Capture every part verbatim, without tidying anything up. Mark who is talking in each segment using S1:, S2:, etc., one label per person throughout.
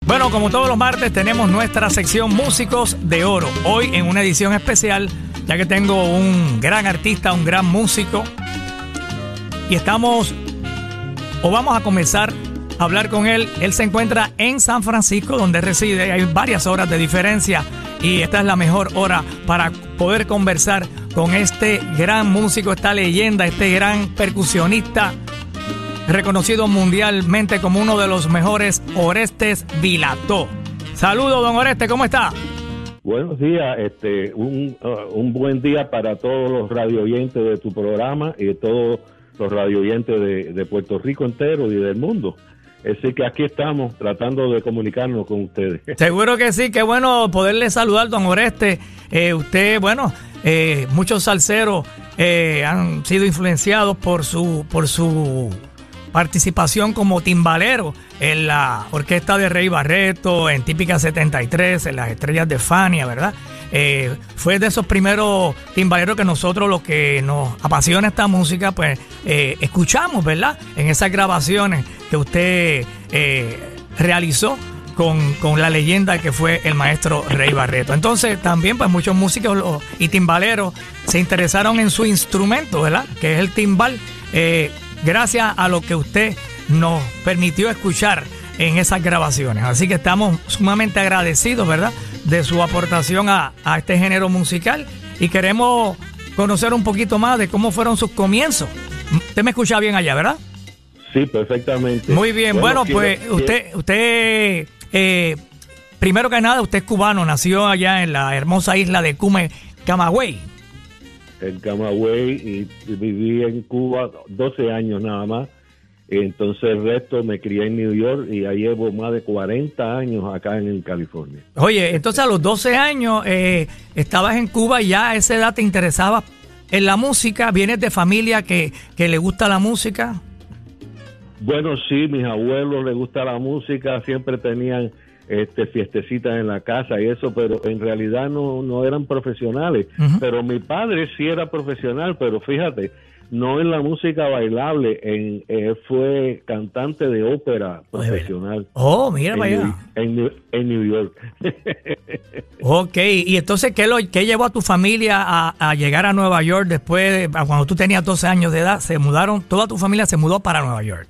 S1: Bueno, como todos los martes tenemos nuestra sección Músicos de Oro. Hoy en una edición especial, ya que tengo un gran artista, un gran músico. Y estamos, o vamos a comenzar a hablar con él. Él se encuentra en San Francisco, donde reside. Hay varias horas de diferencia y esta es la mejor hora para poder conversar con este gran músico, esta leyenda, este gran percusionista, reconocido mundialmente como uno de los mejores, Orestes Vilató. Saludos, don Orestes, ¿cómo está?
S2: Buenos días, este, un, uh, un buen día para todos los radioyentes de tu programa y de todos los radioyentes de, de Puerto Rico entero y del mundo. Así que aquí estamos tratando de comunicarnos con ustedes.
S1: Seguro que sí, qué bueno poderle saludar, don Orestes. Eh, usted, bueno, eh, muchos salseros eh, han sido influenciados por su, por su participación como timbalero en la orquesta de Rey Barreto, en Típica setenta y tres, en las Estrellas de Fania, ¿verdad? Eh, fue de esos primeros timbaleros que nosotros, los que nos apasiona esta música, pues eh, escuchamos, ¿verdad? En esas grabaciones que usted eh, realizó con, con la leyenda que fue el maestro Rey Barreto. Entonces también pues muchos músicos y timbaleros se interesaron en su instrumento, ¿verdad? Que es el timbal, eh, gracias a lo que usted nos permitió escuchar en esas grabaciones. Así que estamos sumamente agradecidos, ¿verdad?, de su aportación a, a este género musical y queremos conocer un poquito más de cómo fueron sus comienzos. Usted me escucha bien allá, ¿verdad?
S2: Sí, perfectamente.
S1: Muy bien. Bueno,
S2: bueno
S1: pues
S2: quiero,
S1: usted,
S2: quiero...
S1: usted eh, primero que nada, usted es cubano, nació allá en la hermosa isla de Cume, Camagüey.
S2: En Camagüey, y, y viví en Cuba doce años nada más. Entonces el resto me crié en New York y ya llevo más de cuarenta años acá en, en California.
S1: Oye, entonces a los doce años eh, estabas en Cuba y ya a esa edad te interesaba en la música. ¿Vienes de familia que, que le gusta la música?
S2: Bueno, sí, mis abuelos les gusta la música, siempre tenían este fiestecitas en la casa y eso, pero en realidad no, no eran profesionales. Uh-huh. Pero mi padre sí era profesional, pero fíjate, no en la música bailable, en, él fue cantante de ópera profesional.
S1: Oh, mira
S2: en,
S1: para allá.
S2: En, en New York.
S1: Ok, y entonces, ¿qué, lo, qué llevó a tu familia a, a llegar a Nueva York después, de, cuando tú tenías doce años de edad? Se mudaron, toda tu familia se mudó para Nueva York.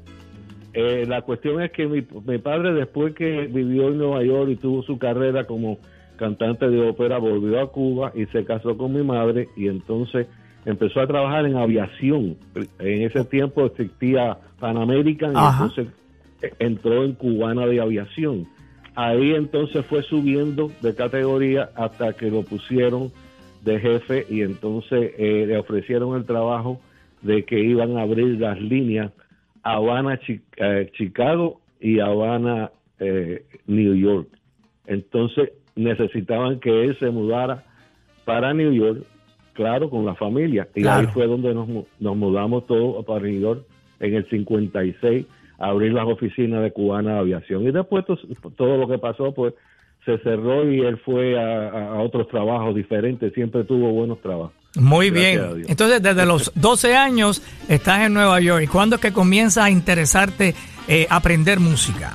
S2: Eh, la cuestión es que mi, mi padre, después que vivió en Nueva York y tuvo su carrera como cantante de ópera, volvió a Cuba y se casó con mi madre y entonces empezó a trabajar en aviación. En ese tiempo existía Pan American y Ajá. entonces entró en Cubana de Aviación. Ahí entonces fue subiendo de categoría hasta que lo pusieron de jefe y entonces eh, le ofrecieron el trabajo de que iban a abrir las líneas Habana, eh, Chicago y Habana, eh, New York. Entonces necesitaban que él se mudara para New York, claro, con la familia. Y claro. Ahí fue donde nos, nos mudamos todos para New York en el cincuenta y seis, a abrir las oficinas de Cubana de Aviación. Y después todo, todo lo que pasó, pues se cerró y él fue a, a otros trabajos diferentes. Siempre tuvo buenos trabajos.
S1: Muy bien. Entonces, desde los doce años estás en Nueva York. ¿Y cuándo es que comienza a interesarte eh, aprender música?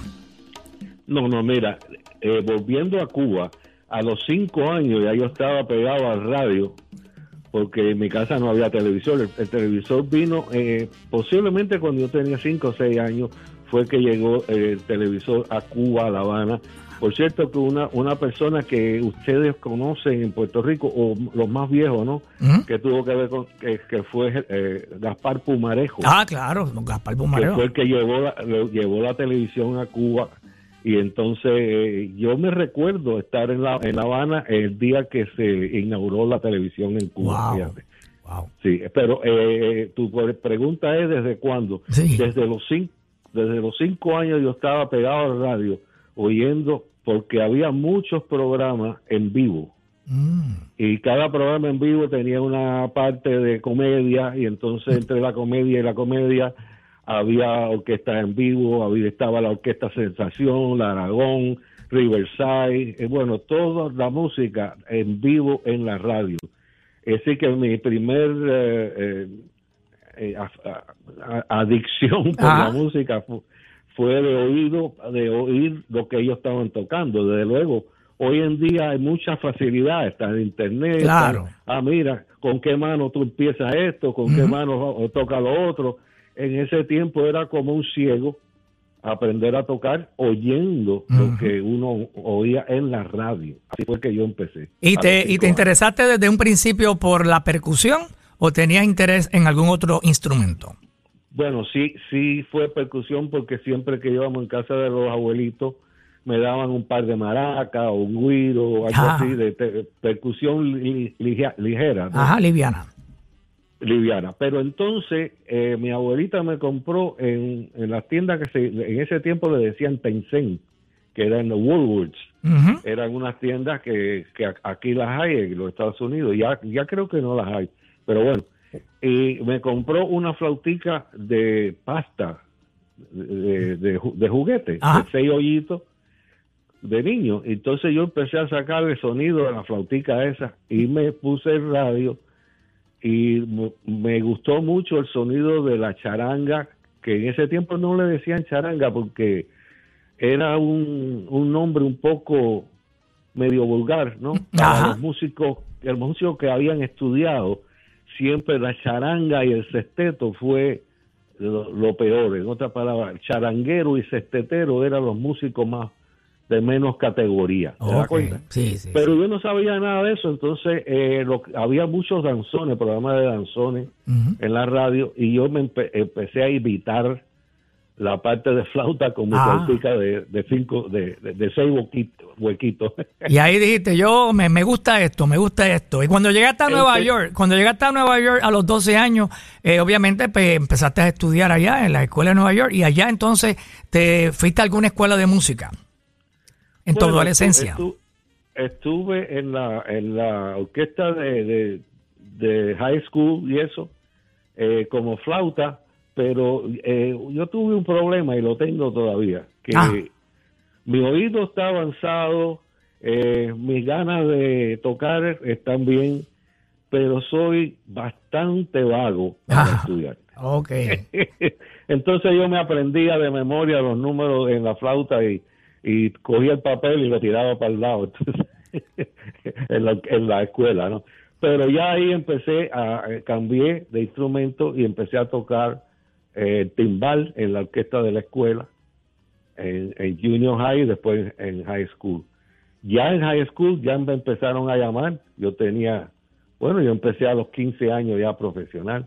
S2: No, no, mira, eh, volviendo a Cuba, a los cinco años ya yo estaba pegado al radio, porque en mi casa no había televisor. El, el televisor vino eh, posiblemente cuando yo tenía cinco o seis años, fue que llegó eh, el televisor a Cuba, a La Habana. Por cierto, que una una persona que ustedes conocen en Puerto Rico, o los más viejos, ¿no? Uh-huh. Que tuvo que ver con, que, que fue eh, Gaspar Pumarejo.
S1: Ah, claro, Gaspar Pumarejo.
S2: Que fue el que llevó la, llevó la televisión a Cuba. Y entonces eh, yo me recuerdo estar en La, en La Habana el día que se inauguró la televisión en Cuba.
S1: Wow. Wow.
S2: Sí, pero eh, tu pregunta es ¿desde cuándo?
S1: Sí.
S2: Desde los cinco, desde los cinco años yo estaba pegado al radio, oyendo, porque había muchos programas en vivo. Mm. Y cada programa en vivo tenía una parte de comedia, y entonces entre la comedia y la comedia había orquesta en vivo, había, estaba la Orquesta Sensación, la Aragón, Riverside, eh, bueno, toda la música en vivo en la radio. Así que mi primer eh, eh, eh, a, a, a, adicción por ah. la música fue, fue de oído, de oír lo que ellos estaban tocando. Desde luego, hoy en día hay mucha facilidad, está en internet.
S1: Claro.
S2: Está, ah, mira, con qué mano tú empiezas esto, con uh-huh. qué mano toca lo otro. En ese tiempo era como un ciego aprender a tocar oyendo uh-huh. lo que uno oía en la radio. Así fue que yo empecé.
S1: ¿Y te, ¿y te interesaste desde un principio por la percusión o tenías interés en algún otro instrumento?
S2: Bueno, sí, sí fue percusión porque siempre que íbamos en casa de los abuelitos me daban un par de maracas o un güiro o algo Ajá. así de te, percusión li, li, ligera. ¿no?
S1: Ajá, liviana.
S2: Liviana. Pero entonces eh, mi abuelita me compró en, en las tiendas que se, en ese tiempo le decían Tencent, que eran los Woolworths. Uh-huh. Eran unas tiendas que, que aquí las hay en los Estados Unidos. Ya, ya creo que no las hay. Pero bueno, y me compró una flautica de pasta, de, de, de juguete, Ajá. de seis hoyitos de niño. Entonces yo empecé a sacar el sonido de la flautica esa y me puse el radio y me gustó mucho el sonido de la charanga, que en ese tiempo no le decían charanga porque era un, un nombre un poco medio vulgar, ¿no? Para los músicos, el músico que habían estudiado, siempre la charanga y el sexteto fue lo, lo peor. En otras palabras, charanguero y sextetero eran los músicos más de menos categoría. ¿Te okay. das cuenta?
S1: Sí, sí,
S2: Pero
S1: sí.
S2: yo no sabía nada de eso, entonces eh, lo, había muchos danzones, programas de danzones uh-huh. en la radio, y yo me empe- empecé a imitar la parte de flauta con mi ah. flautica de, de cinco, de, de, de seis huequitos, huequitos.
S1: Y ahí dijiste, yo me, me gusta esto, me gusta esto. Y cuando llegaste a Nueva Entonces, York, cuando llegaste a Nueva York a los doce años, eh, obviamente pues, empezaste a estudiar allá en la escuela de Nueva York, y allá entonces te fuiste a alguna escuela de música. En bueno, tu adolescencia.
S2: Estu- estuve en la en la orquesta de, de, de high school y eso, eh, como flauta, pero eh, yo tuve un problema y lo tengo todavía, que ah. mi oído está avanzado, eh, mis ganas de tocar están bien, pero soy bastante vago para ah. estudiar.
S1: Okay.
S2: Entonces yo me aprendía de memoria los números en la flauta y y cogía el papel y lo tiraba para el lado entonces, en, la, en la escuela, ¿no? Pero ya ahí empecé a, a cambié de instrumento y empecé a tocar eh, timbal en la orquesta de la escuela, en, en junior high y después en high school. Ya en high school ya me empezaron a llamar, yo tenía, bueno, yo empecé a los quince años ya profesional,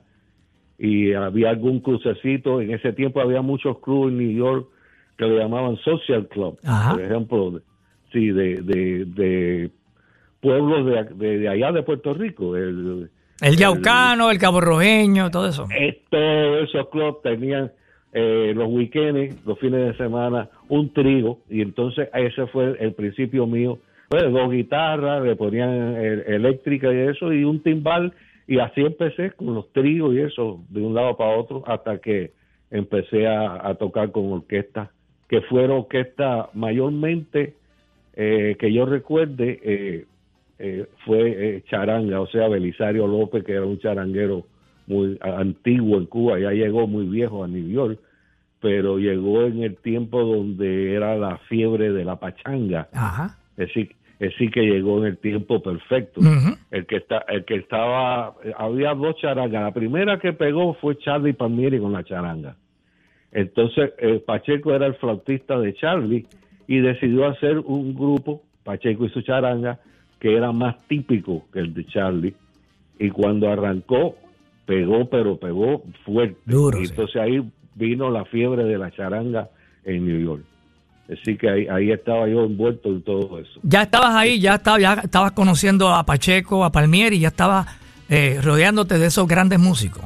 S2: y había algún crucecito, en ese tiempo había muchos clubes en New York que le llamaban Social Club, Ajá. por ejemplo, de, sí, de, de, de pueblos de, de, de allá de Puerto Rico. El,
S1: el Yaucano, el, el Cabo Rojeño, todo eso.
S2: Eh, todos esos clubs tenían eh, los weekends, los fines de semana, un trío, y entonces ese fue el principio mío. Pues dos guitarras, le ponían el, eléctrica y eso, y un timbal, y así empecé con los tríos y eso, de un lado para otro, hasta que empecé a, a tocar con orquestas, que fueron orquestas mayormente, eh, que yo recuerde, eh, eh, fue eh, charanga, o sea, Belisario López, que era un charanguero muy antiguo en Cuba, ya llegó muy viejo a New York, pero llegó en el tiempo donde era la fiebre de la pachanga.
S1: Ajá.
S2: Es decir, es decir que llegó en el tiempo perfecto. Uh-huh. El que está, el que estaba, había dos charangas. La primera que pegó fue Charlie Palmieri con la charanga. Entonces, eh, Pacheco era el flautista de Charlie y decidió hacer un grupo, Pacheco y su charanga, que era más típico que el de Charlie. Y cuando arrancó, pegó, pero pegó fuerte.
S1: Duro,
S2: y entonces
S1: sí.
S2: ahí vino la fiebre de la charanga en New York. Así que ahí, ahí estaba yo envuelto en todo eso.
S1: Ya estabas ahí, ya, estaba, ya estabas conociendo a Pacheco, a Palmieri, ya estabas eh, rodeándote de esos grandes músicos.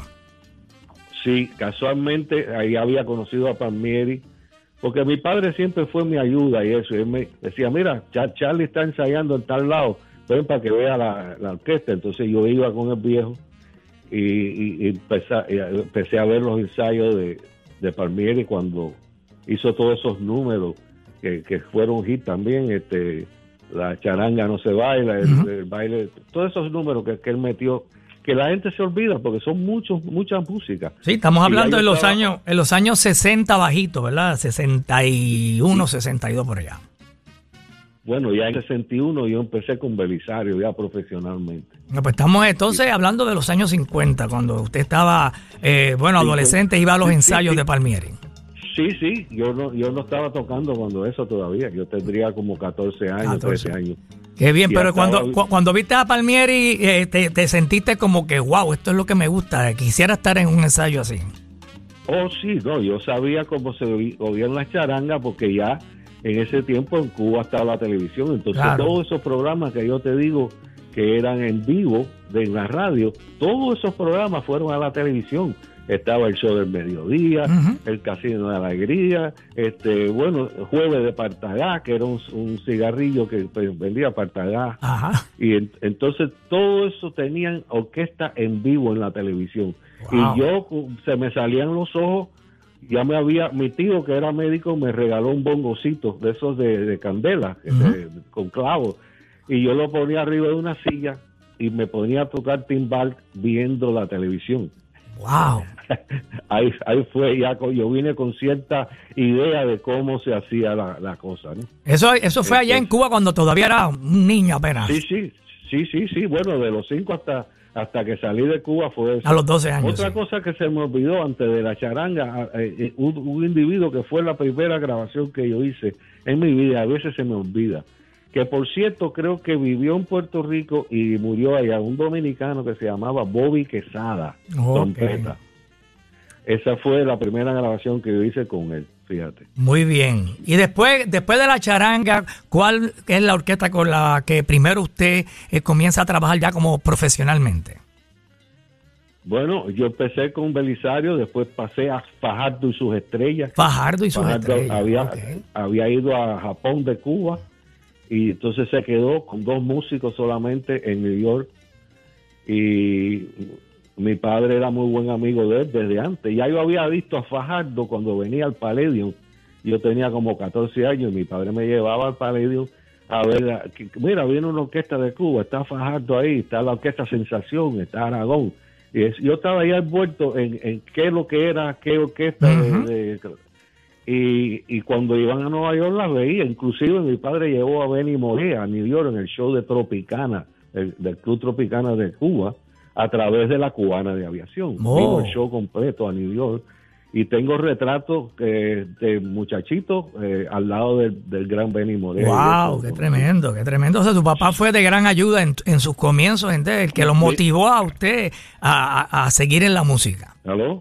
S2: Sí, casualmente ahí había conocido a Palmieri, porque mi padre siempre fue mi ayuda y eso. Y él me decía, mira, Char- Charlie está ensayando en tal lado, ven para que vea la, la orquesta. Entonces yo iba con el viejo y, y, y, empecé, y empecé a ver los ensayos de, de Palmieri cuando hizo todos esos números que, que fueron hit también, este, la charanga no se baila, el, uh-huh. el baile, todos esos números que, que él metió, que la gente se olvida porque son muchos muchas músicas.
S1: Sí, estamos hablando de los
S2: estaba,
S1: años en los años sesenta bajitos, ¿verdad? sesenta y uno, sesenta y dos por allá.
S2: Bueno, ya en sesenta y uno yo empecé con Belisario ya profesionalmente.
S1: No, pues estamos entonces hablando de los años cincuenta, cuando usted estaba, eh, bueno, adolescente, iba a los
S2: sí,
S1: ensayos
S2: sí, sí.
S1: de Palmieri.
S2: Sí, sí, yo no yo no estaba tocando cuando eso todavía. Yo tendría como catorce años,
S1: catorce.
S2: trece años.
S1: Qué bien,
S2: Y
S1: pero
S2: estaba...
S1: cuando cu- cuando viste a Palmieri, eh, te, te sentiste como que, wow, esto es lo que me gusta, quisiera estar en un ensayo así.
S2: Oh, sí, no, yo sabía cómo se oí- oían las charangas porque ya en ese tiempo en Cuba estaba la televisión. Entonces
S1: Claro.
S2: todos esos programas que yo te digo que eran en vivo de en la radio, todos esos programas fueron a la televisión. Estaba el show del mediodía,
S1: Uh-huh.
S2: el Casino de Alegría, este, bueno, Jueves de Partagá, que era un, un cigarrillo que pues, vendía Partagá.
S1: Ajá.
S2: Y en, entonces todo eso tenían orquesta en vivo en la televisión.
S1: Wow.
S2: Y yo se me salían los ojos, ya me había, mi tío que era médico me regaló un bongocito de esos de, de candela,
S1: Uh-huh.
S2: de, con clavos, y yo lo ponía arriba de una silla y me ponía a tocar timbal viendo la televisión.
S1: Wow.
S2: Ahí, ahí fue, ya con- yo vine con cierta idea de cómo se hacía la, la cosa, ¿no?
S1: Eso, eso fue allá en Cuba cuando todavía era un niño apenas.
S2: Sí, sí, sí, sí, sí, bueno, de los cinco hasta hasta que salí de Cuba fue eso.
S1: A los doce años.
S2: Otra
S1: sí.
S2: cosa que se me olvidó antes de la charanga, eh, eh, un, un individuo que fue la primera grabación que yo hice en mi vida, a veces se me olvida, que por cierto creo que vivió en Puerto Rico y murió allá, un dominicano que se llamaba Bobby Quesada,
S1: Ok.
S2: trompeta. Esa fue la primera grabación que yo hice con él, fíjate.
S1: Muy bien. Y después, después de la charanga, ¿cuál es la orquesta con la que primero usted eh, comienza a trabajar ya como profesionalmente?
S2: Bueno, yo empecé con Belisario, después pasé a Fajardo y sus estrellas.
S1: Fajardo y sus
S2: Fajardo
S1: estrellas.
S2: había,
S1: Ok.
S2: había ido a Japón de Cuba y entonces se quedó con dos músicos solamente en New York y mi padre era muy buen amigo de él desde antes. Ya yo había visto a Fajardo cuando venía al Palladium, yo tenía como catorce años y mi padre me llevaba al Palladium a ver, a- que- mira, viene una orquesta de Cuba, está Fajardo ahí, está la orquesta Sensación, está Aragón. Y es- yo estaba ya envuelto en, en qué es lo que era, qué orquesta de-
S1: Ujú.
S2: de y, y cuando iban a Nueva York las veía, inclusive mi padre llevó a Benny Moré a New York en el show de Tropicana, el, del Club Tropicana de Cuba, a través de la Cubana de Aviación.
S1: Oh.
S2: Vino el show completo a New York y tengo retratos eh, de muchachitos eh, al lado del, del gran Benny Moré.
S1: Wow,
S2: Y
S1: qué
S2: eso,
S1: tremendo, qué tremendo. O sea, tu papá fue de gran ayuda en, en sus comienzos, gente, el que lo motivó a usted a, a- a seguir en la música.
S2: ¿Aló?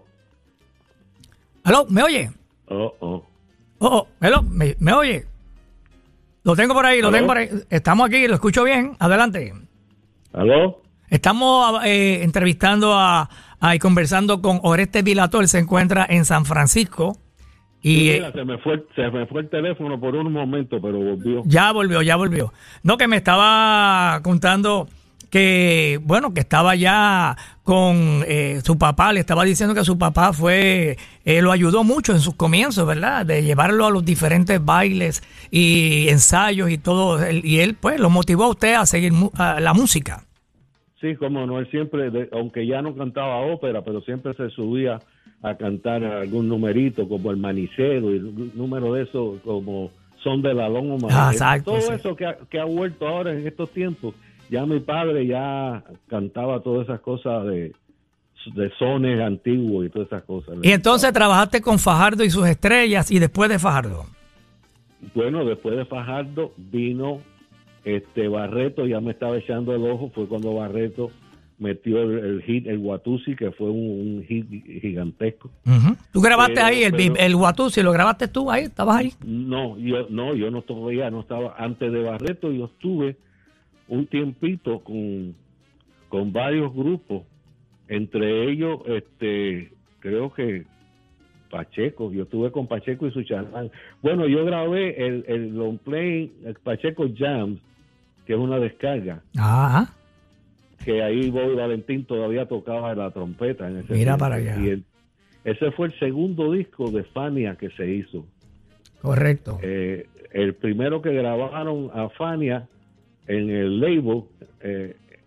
S1: ¿Aló? ¿Me oye?
S2: Oh, oh.
S1: Oh, oh, hello, ¿me, me oye? Lo tengo por ahí, lo
S2: ¿Aló?
S1: tengo por ahí. Estamos aquí, lo escucho bien. Adelante.
S2: ¿Aló?
S1: Estamos eh, entrevistando a, a- y conversando con Oreste Vilator. Él se encuentra en San Francisco y
S2: Mira, se me fue se me fue el teléfono por un momento, pero volvió.
S1: ya volvió, ya volvió. No, que me estaba contando que, bueno, que estaba ya con eh, su papá, le estaba diciendo que su papá fue, eh, lo ayudó mucho en sus comienzos, ¿verdad? De llevarlo a los diferentes bailes y ensayos y todo, él- y él pues lo motivó a usted a seguir mu- a la música.
S2: Sí, como no, él siempre, de- aunque ya no cantaba ópera, pero siempre se subía a cantar algún numerito como el Manicero y un número de esos como Son de la Loma.
S1: Ah, exacto,
S2: Todo
S1: sí.
S2: eso que ha, que ha vuelto ahora en estos tiempos. Ya mi padre ya cantaba todas esas cosas de, de sones antiguos y todas esas cosas.
S1: Y entonces trabajaste con Fajardo y sus estrellas y después de Fajardo.
S2: Bueno, después de Fajardo vino este Barreto, ya me estaba echando el ojo, fue cuando Barreto metió el, el hit, el Watusi, que fue un, un hit gigantesco.
S1: Ujú. Tú grabaste
S2: Pero-
S1: ahí el,
S2: pero-
S1: el Watusi, lo grabaste tú ahí, estabas ahí.
S2: No, yo no, yo no todavía no estaba antes de Barreto, yo estuve un tiempito con, con varios grupos, entre ellos este creo que Pacheco, yo estuve con Pacheco y su charlán. Bueno, yo grabé el, el long play, el Pacheco Jams, que es una descarga,
S1: Ajá.
S2: que ahí Bobby Valentín todavía tocaba la trompeta en ese
S1: Mira
S2: tiempo.
S1: para allá.
S2: Y el- ese fue el segundo disco de Fania que se hizo.
S1: Correcto.
S2: Eh, el primero que grabaron a Fania en el label, eh,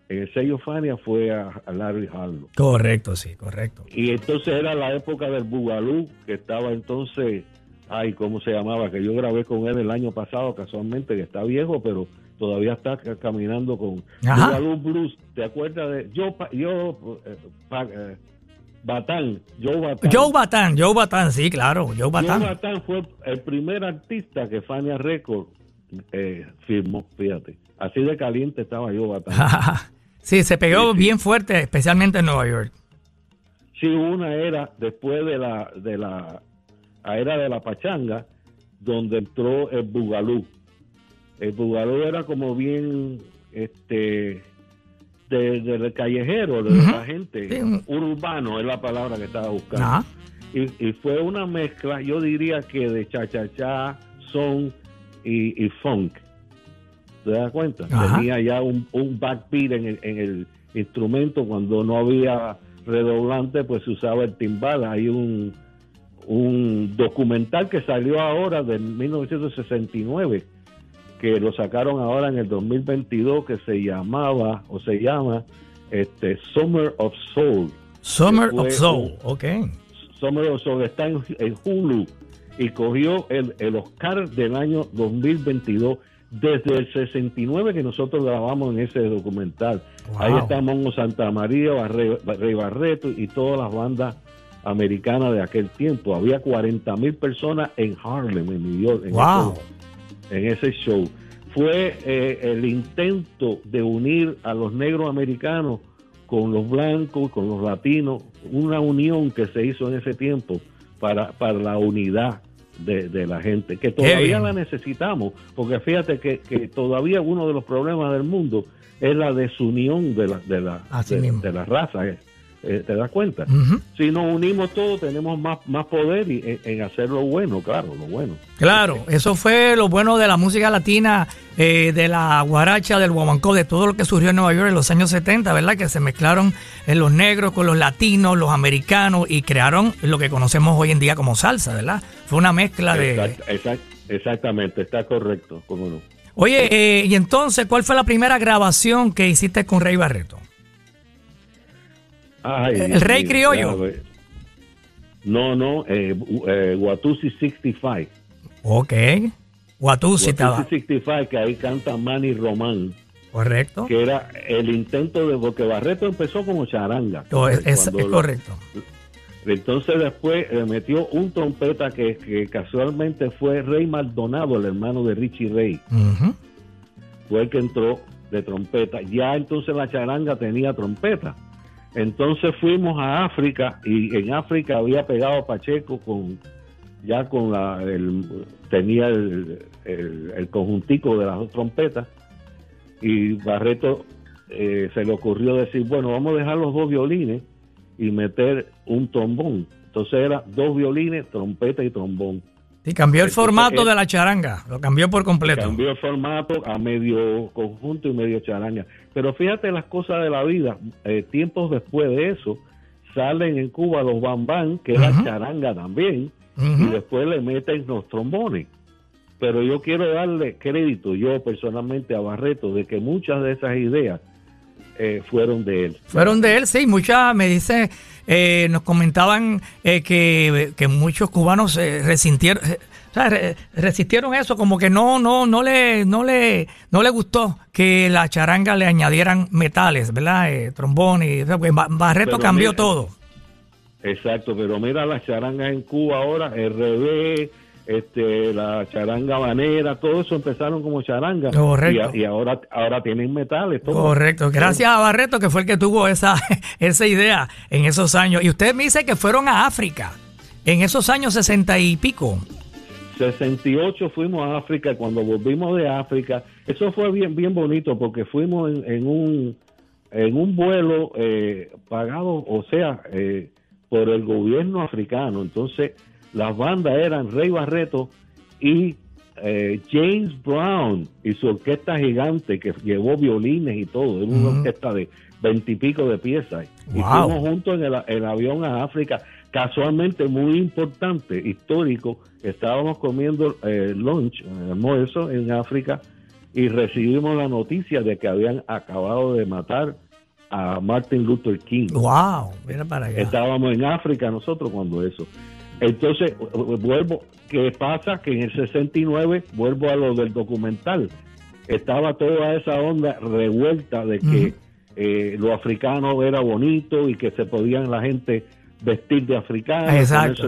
S2: en el sello Fania fue a, a Larry Harlow.
S1: Correcto, sí, correcto.
S2: Y entonces era la época del Boogaloo, que estaba entonces, ay, ¿cómo se llamaba? Que yo grabé con él el año pasado, casualmente, que está viejo, pero todavía está caminando con
S1: Ajá.
S2: Boogaloo Blues. ¿Te acuerdas de yo, yo, eh, pa, eh, Batán, Joe Batán?
S1: Joe Batán, Joe Batán, sí, claro, Joe Batán.
S2: Joe Batán fue el primer artista que Fania Records eh, firmó, fíjate. Así de caliente estaba Joe Batán.
S1: Sí, se pegó
S2: sí, sí.
S1: bien fuerte, especialmente en Nueva York.
S2: Sí, una era después de la de la era de la pachanga, donde entró el Boogaloo. El Boogaloo era como bien este de, de, de callejero, de uh-huh. la gente, sí. urbano es la palabra que estaba buscando. Uh-huh. Y, y fue una mezcla, yo diría que de cha-cha-cha, son y, y funk. ¿Te das cuenta? Uh-huh. Tenía ya un, un backbeat en el, en el instrumento. Cuando no había redoblante, pues se usaba el timbal. Hay un, un documental que salió ahora de mil novecientos sesenta y nueve, que lo sacaron ahora en el dos mil veintidós, que se llamaba, o se llama, este Summer of Soul.
S1: Summer of Soul, ok.
S2: Summer of Soul está en, en Hulu, y cogió el, el Oscar del año dos mil veintidós, desde el sesenta y nueve que nosotros grabamos en ese documental. Wow. Ahí está Mongo Santa María, Rey, Rey Barreto y todas las bandas americanas de aquel tiempo. Había cuarenta mil personas en Harlem, en New York, en,
S1: wow.
S2: ese, en ese show. Fue eh, el intento de unir a los negros americanos con los blancos, con los latinos, una unión que se hizo en ese tiempo para, para la unidad De, de la gente, que todavía la necesitamos, porque fíjate que, que todavía uno de los problemas del mundo es la desunión de la de la, de, de la raza, eh, eh, ¿te das cuenta? Uh-huh. Si nos unimos todos tenemos más, más poder y, en, en hacer lo bueno, claro, lo bueno.
S1: Claro, sí. Eso fue lo bueno de la música latina, eh, de la guaracha, del guaguancó, de todo lo que surgió en Nueva York en los años setenta, ¿verdad? Que se mezclaron eh, los negros con los latinos, los americanos, y crearon lo que conocemos hoy en día como salsa, ¿verdad? Fue una mezcla de...
S2: Exact, exact, exactamente, está correcto, cómo no.
S1: Oye, eh, y entonces, ¿cuál fue la primera grabación que hiciste con Rey Barreto?
S2: Ay,
S1: el
S2: Dios
S1: Rey
S2: mío,
S1: Criollo.
S2: Claro, no, no, eh, eh, Watusi sesenta y cinco.
S1: Ok. Watusi estaba.
S2: Watusi sesenta y cinco, que ahí canta Manny Román.
S1: Correcto.
S2: Que era el intento de... Porque Barreto empezó como charanga.
S1: No, es, es, es
S2: lo,
S1: correcto.
S2: Entonces después le metió un trompeta que, que casualmente fue Rey Maldonado, el hermano de Richie Ray. Uh-huh. Fue el que entró de trompeta. Ya entonces la charanga tenía trompeta. Entonces fuimos a África, y en África había pegado Pacheco con ya con la el, tenía el, el, el conjuntico de las dos trompetas, y Barreto eh, se le ocurrió decir, bueno, vamos a dejar los dos violines y meter un trombón. Entonces era dos violines, trompeta y trombón.
S1: Y cambió el
S2: Entonces,
S1: formato
S2: él,
S1: de la charanga, lo cambió por completo.
S2: Cambió el formato a medio conjunto y medio charanga. Pero fíjate las cosas de la vida, eh, tiempos después de eso, salen en Cuba los bambán, que uh-huh. era charanga también, uh-huh. y después le meten los trombones. Pero yo quiero darle crédito, yo personalmente, a Barreto, de que muchas de esas ideas eh, fueron de él.
S1: Fueron de él, sí. Muchas, me dice, eh, nos comentaban eh, que, que muchos cubanos eh, resintieron, eh, o sea, re, resistieron eso, como que no, no, no le, no le, no le gustó que la charanga le añadieran metales, ¿verdad? Eh, trombones. Barreto pero cambió mira, todo.
S2: Exacto, pero mira las charangas en Cuba ahora, R B, este, la charanga habanera, todo eso empezaron como charanga.
S1: Correcto.
S2: Y, y ahora, ahora tienen metales. Todo.
S1: Correcto. Gracias a Barreto, que fue el que tuvo esa, esa idea en esos años. Y usted me dice que fueron a África en esos años sesenta y pico.
S2: sesenta y ocho fuimos a África. Cuando volvimos de África, eso fue bien, bien bonito, porque fuimos en, en un, en un vuelo eh, pagado, o sea, eh, por el gobierno africano. Entonces, las bandas eran Rey Barreto y eh, James Brown y su orquesta gigante, que llevó violines y todo. Era una uh-huh. orquesta de veintipico de piezas. Wow. Y fuimos juntos en el, el avión a África. Casualmente, muy importante, histórico, estábamos comiendo eh, lunch, almuerzo en África, y recibimos la noticia de que habían acabado de matar a Martin Luther King.
S1: Wow, mira para allá.
S2: Estábamos en África nosotros cuando eso. Entonces, vuelvo, ¿qué pasa? Que en el sesenta y nueve, vuelvo a lo del documental, estaba toda esa onda revuelta de que uh-huh. eh, lo africano era bonito y que se podían la gente vestir de africano.
S1: Exacto.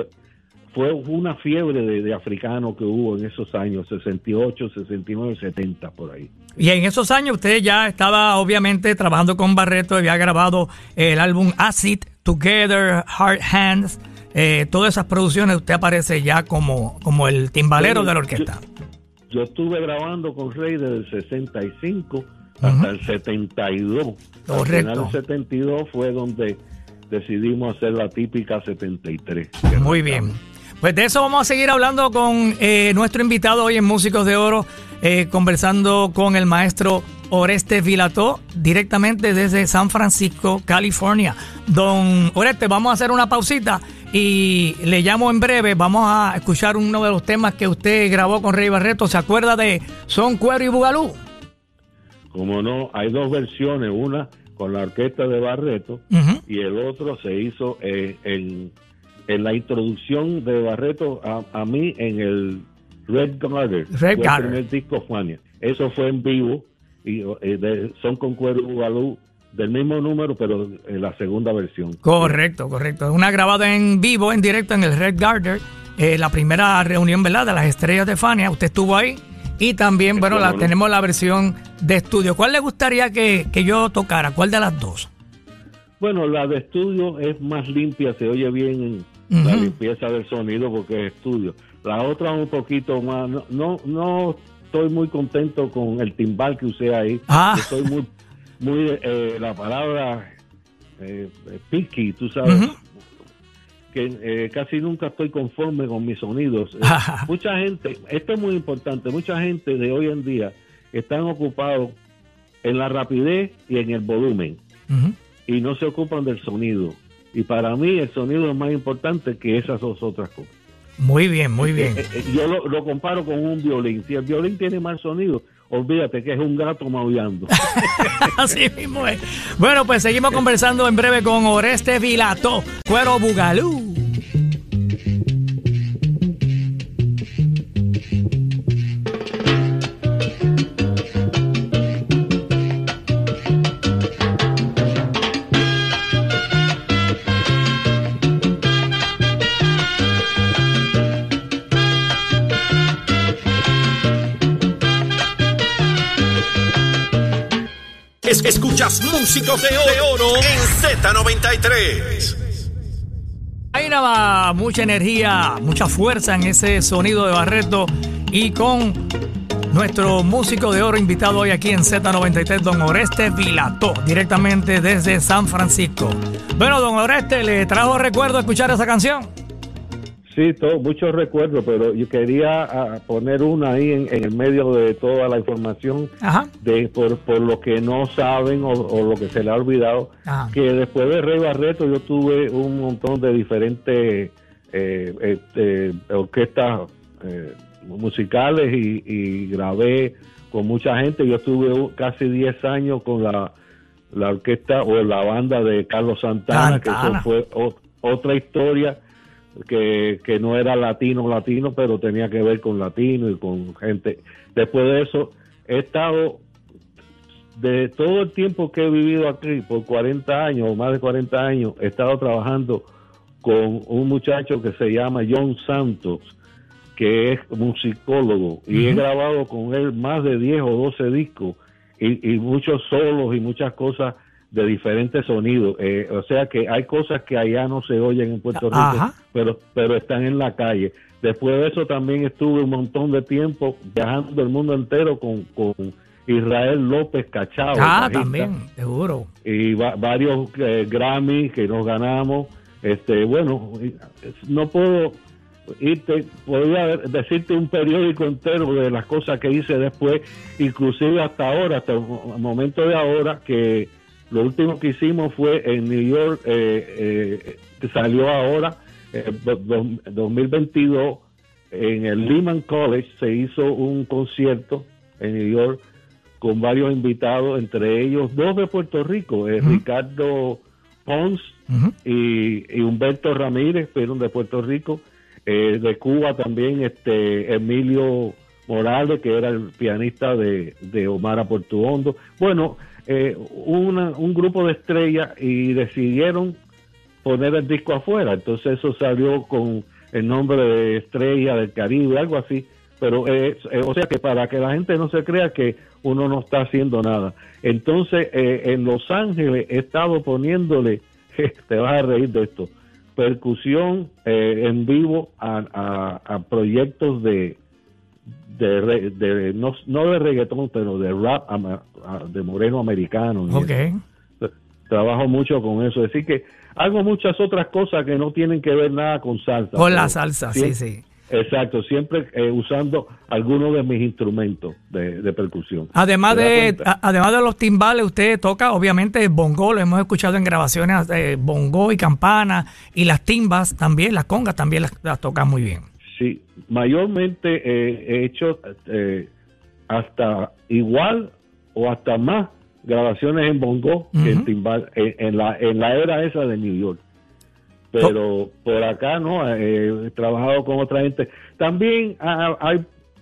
S2: Fue una fiebre de, de africano que hubo en esos años, sesenta y ocho, sesenta y nueve, setenta, por ahí.
S1: Y en esos años usted ya estaba obviamente trabajando con Barreto, había grabado el álbum Acid, Together, Hard Hands, eh, todas esas producciones, usted aparece ya como, como el timbalero
S2: Pero
S1: de la orquesta.
S2: Yo, yo estuve grabando con Rey desde el sesenta y cinco hasta uh-huh. el setenta y dos.
S1: Correcto.
S2: Al final del setenta y dos fue donde decidimos hacer la típica setenta y tres.
S1: Muy bien. Pues de eso vamos a seguir hablando con eh, nuestro invitado hoy en Músicos de Oro, eh, conversando con el maestro Oreste Vilató, directamente desde San Francisco, California. Don Oreste, vamos a hacer una pausita y le llamo en breve. Vamos a escuchar uno de los temas que usted grabó con Rey Barreto. ¿Se acuerda de Son, Cuero y Bugalú?
S2: Como no, hay dos versiones, una con la orquesta de Barreto uh-huh. y el otro se hizo eh, en... en la introducción de Barreto a, a mí en el Red Garter,
S1: Red Garter.
S2: El primer disco Fania. Eso fue en vivo y eh, de, son con Cuero y Bugalú del mismo número, pero en la segunda versión.
S1: Correcto, correcto. Una grabada en vivo, en directo en el Red Garter, eh, la primera reunión, ¿verdad?, de las estrellas de Fania. Usted estuvo ahí y también, bueno, la, tenemos la versión de estudio. ¿Cuál le gustaría que, que yo tocara? ¿Cuál de las dos?
S2: Bueno, la de estudio es más limpia, se oye bien en uh-huh. la limpieza del sonido porque es estudio. La otra un poquito más, no no, no estoy muy contento con el timbal que usé ahí.
S1: Ah.
S2: Estoy muy, muy eh, la palabra eh, picky, tú sabes, uh-huh. que eh, casi nunca estoy conforme con mis sonidos.
S1: Ah.
S2: Mucha gente, esto es muy importante, mucha gente de hoy en día están ocupados en la rapidez y en el volumen.
S1: Uh-huh.
S2: Y no se ocupan del sonido. Y para mí el sonido es más importante que esas dos otras cosas.
S1: Muy bien, muy bien.
S2: Eh, eh, yo lo, lo comparo con un violín. Si el violín tiene mal sonido, olvídate que es un gato maullando.
S1: Así mismo es. Bueno, pues seguimos conversando en breve con Oreste Vilató, Cuero Bugalú.
S3: Escuchas Músicos de Oro en Z noventa y tres.
S1: Hay nada, mucha energía, mucha fuerza en ese sonido de Barreto y con nuestro músico de oro invitado hoy aquí en Z noventa y tres, don Oreste Vilató, directamente desde San Francisco. Bueno, don Oreste, ¿le trajo recuerdo escuchar esa canción?
S2: Sí, todo, muchos recuerdos, pero yo quería uh, poner una ahí en, en el medio de toda la información.
S1: Ajá.
S2: de por, por lo que no saben o, o lo que se le ha olvidado. Ajá. Que después de Rey Barreto yo tuve un montón de diferentes eh, eh, eh, orquestas eh, musicales y, y grabé con mucha gente. Yo estuve casi diez años con la, la orquesta o la banda de Carlos Santana, Santana. que eso fue o, otra historia. Que, que no era latino latino, pero tenía que ver con latino y con gente. Después de eso he estado, de todo el tiempo que he vivido aquí, por cuarenta años o más de cuarenta años, he estado trabajando con un muchacho que se llama John Santos, que es musicólogo, y uh-huh. he grabado con él más de diez o doce discos y, y muchos solos y muchas cosas de diferentes sonidos, eh, o sea que hay cosas que allá no se oyen en Puerto Rico, Ajá. pero pero están en la calle. Después de eso también estuve un montón de tiempo viajando el mundo entero con, con Israel López Cachao.
S1: Ah, bajista, también, seguro.
S2: Y va, varios eh, Grammy que nos ganamos. Este, bueno, no puedo irte, podría decirte un periódico entero de las cosas que hice después, inclusive hasta ahora, hasta el momento de ahora, que lo último que hicimos fue en New York, eh, eh, que salió ahora, eh, dos mil veintidós, en el Lehman College se hizo un concierto en New York, con varios invitados, entre ellos dos de Puerto Rico, eh, uh-huh. Ricardo Pons uh-huh. y, y Humberto Ramírez, fueron de Puerto Rico, eh, de Cuba también este Emilio Morales, que era el pianista de, de Omar Portuondo. Bueno, eh, una, un grupo de estrellas, y decidieron poner el disco afuera, entonces eso salió con el nombre de Estrella del Caribe, algo así, pero eh, eh, o sea que para que la gente no se crea que uno no está haciendo nada. Entonces eh, en Los Ángeles he estado poniéndole, te vas a reír de esto, percusión eh, en vivo a, a, a proyectos de de, de no, no de reggaetón, pero de rap a, a, de moreno americano.
S1: Okay.
S2: Trabajo mucho con eso, así que hago muchas otras cosas que no tienen que ver nada con salsa.
S1: Con la salsa, siempre, sí, sí.
S2: Exacto, siempre eh, usando algunos de mis instrumentos de, de percusión.
S1: Además de a, además de los timbales, usted toca obviamente bongo, lo hemos escuchado en grabaciones, eh, bongo y campana, y las timbas también, las congas también las, las toca muy bien.
S2: Sí, mayormente eh, he hecho eh, hasta igual o hasta más grabaciones en bongo uh-huh. que en timbal, en, en la en la era esa de New York. Pero oh. por acá no, eh, he trabajado con otra gente. También ha, hay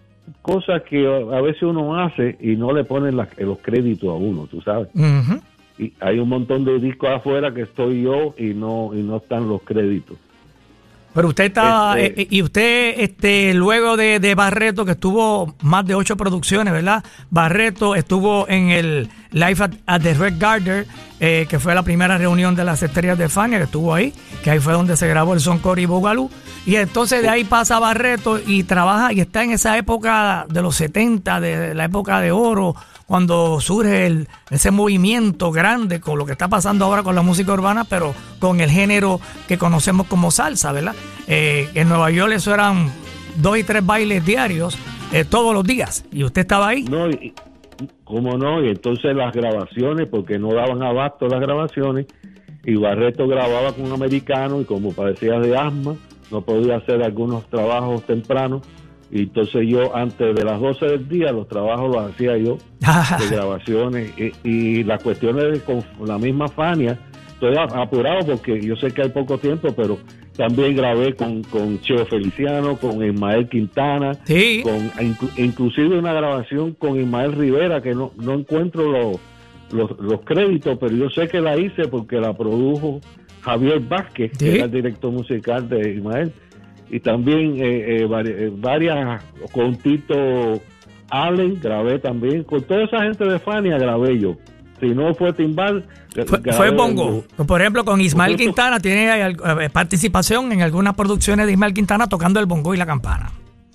S2: cosas que a veces uno hace y no le ponen la, los créditos a uno, tú sabes.
S1: Uh-huh.
S2: Y hay un montón de discos afuera que estoy yo y no y no están los créditos.
S1: Pero usted está,
S2: este,
S1: eh, y usted, este, luego de, de Barreto, que estuvo más de ocho producciones, ¿verdad? Barreto estuvo en el Live at, at the Red Garden, eh, que fue la primera reunión de las Estrellas de Fania, que estuvo ahí, que ahí fue donde se grabó el Son Cory Boogaloo. Y entonces de ahí pasa Barreto y trabaja, y está en esa época de los setenta, de la época de oro, cuando surge el, ese movimiento grande con lo que está pasando ahora con la música urbana, pero con el género que conocemos como salsa, ¿verdad? Eh, en Nueva York eso eran dos y tres bailes diarios, eh, todos los días, y usted estaba ahí.
S2: No, y, ¿cómo no? Y entonces las grabaciones, porque no daban abasto las grabaciones, y Barreto grababa con un americano, y como padecía de asma, no podía hacer algunos trabajos tempranos, y entonces yo antes de las doce del día los trabajos los hacía yo de grabaciones y, y las cuestiones de, con la misma Fania. Estoy apurado porque yo sé que hay poco tiempo, pero también grabé con, con Cheo Feliciano, con Ismael Quintana,
S1: sí.
S2: con inclu, inclusive una grabación con Ismael Rivera que no, no encuentro los, los, los créditos, pero yo sé que la hice porque la produjo Javier Vázquez, ¿sí? que era el director musical de Ismael. Y también eh, eh, vari, varias, con Tito Allen grabé también, con toda esa gente de Fania grabé yo. Si no fue timbal,
S1: fue, fue bongo. El, por ejemplo, con Ismael Quintana tiene eh, participación en algunas producciones de Ismael Quintana tocando el bongo y la campana.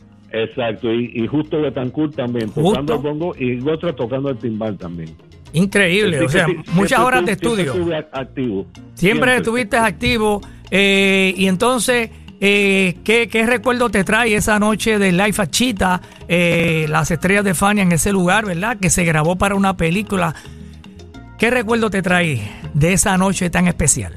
S2: Exacto, y, y Justo Betancourt también
S1: Justo.
S2: tocando el bongo y otro tocando el timbal también.
S1: Increíble, Así o sea, que, muchas horas de estudio.
S2: Siempre estuve activo.
S1: Siempre,
S2: siempre.
S1: estuviste activo eh, y entonces... Eh, ¿qué, ¿Qué recuerdo te trae esa noche de Live at Cheetah, eh, las Estrellas de Fania en ese lugar, ¿verdad? Que se grabó para una película. ¿Qué recuerdo te trae de esa noche tan especial?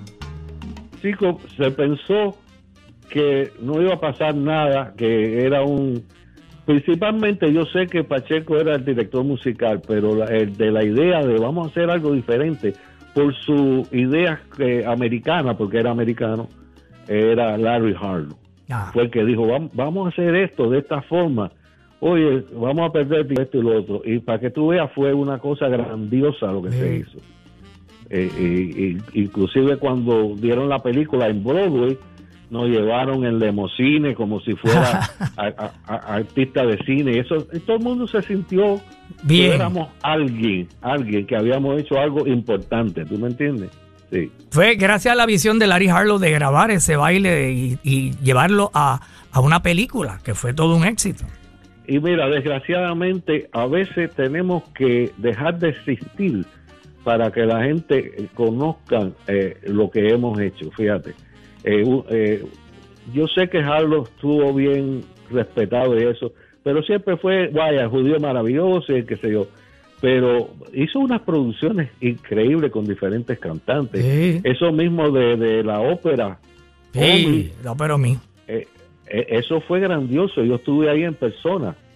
S2: Chico, se pensó que no iba a pasar nada, que era un... Principalmente yo sé que Pacheco era el director musical, pero la, el de la idea de vamos a hacer algo diferente, por su idea eh, americana, porque era americano, era Larry Harlow. Ah. Fue el que dijo, vamos, vamos a hacer esto de esta forma. Oye, vamos a perder esto y lo otro. Y para que tú veas, fue una cosa grandiosa lo que sí. se hizo. Eh, eh, eh, inclusive cuando dieron la película en Broadway, nos llevaron en limusines como si fuera a, a, a artista de cine. Eso, y todo el mundo se sintió bien. Que éramos alguien, alguien que habíamos hecho algo importante. ¿Tú me entiendes? Sí.
S1: Fue gracias a la visión de Larry Harlow de grabar ese baile y, y llevarlo a, a una película, que fue todo un éxito.
S2: Y mira, desgraciadamente a veces tenemos que dejar de existir para que la gente conozca eh, lo que hemos hecho. Fíjate, eh, eh, yo sé que Harlow estuvo bien respetado y eso, pero siempre fue, vaya, judío maravilloso y qué sé yo. Pero hizo unas producciones increíbles con diferentes cantantes. Sí. Eso mismo de, de la ópera.
S1: Sí, Omi, la ópera Omi.
S2: Eh, eh, eso fue grandioso. Yo estuve ahí en persona.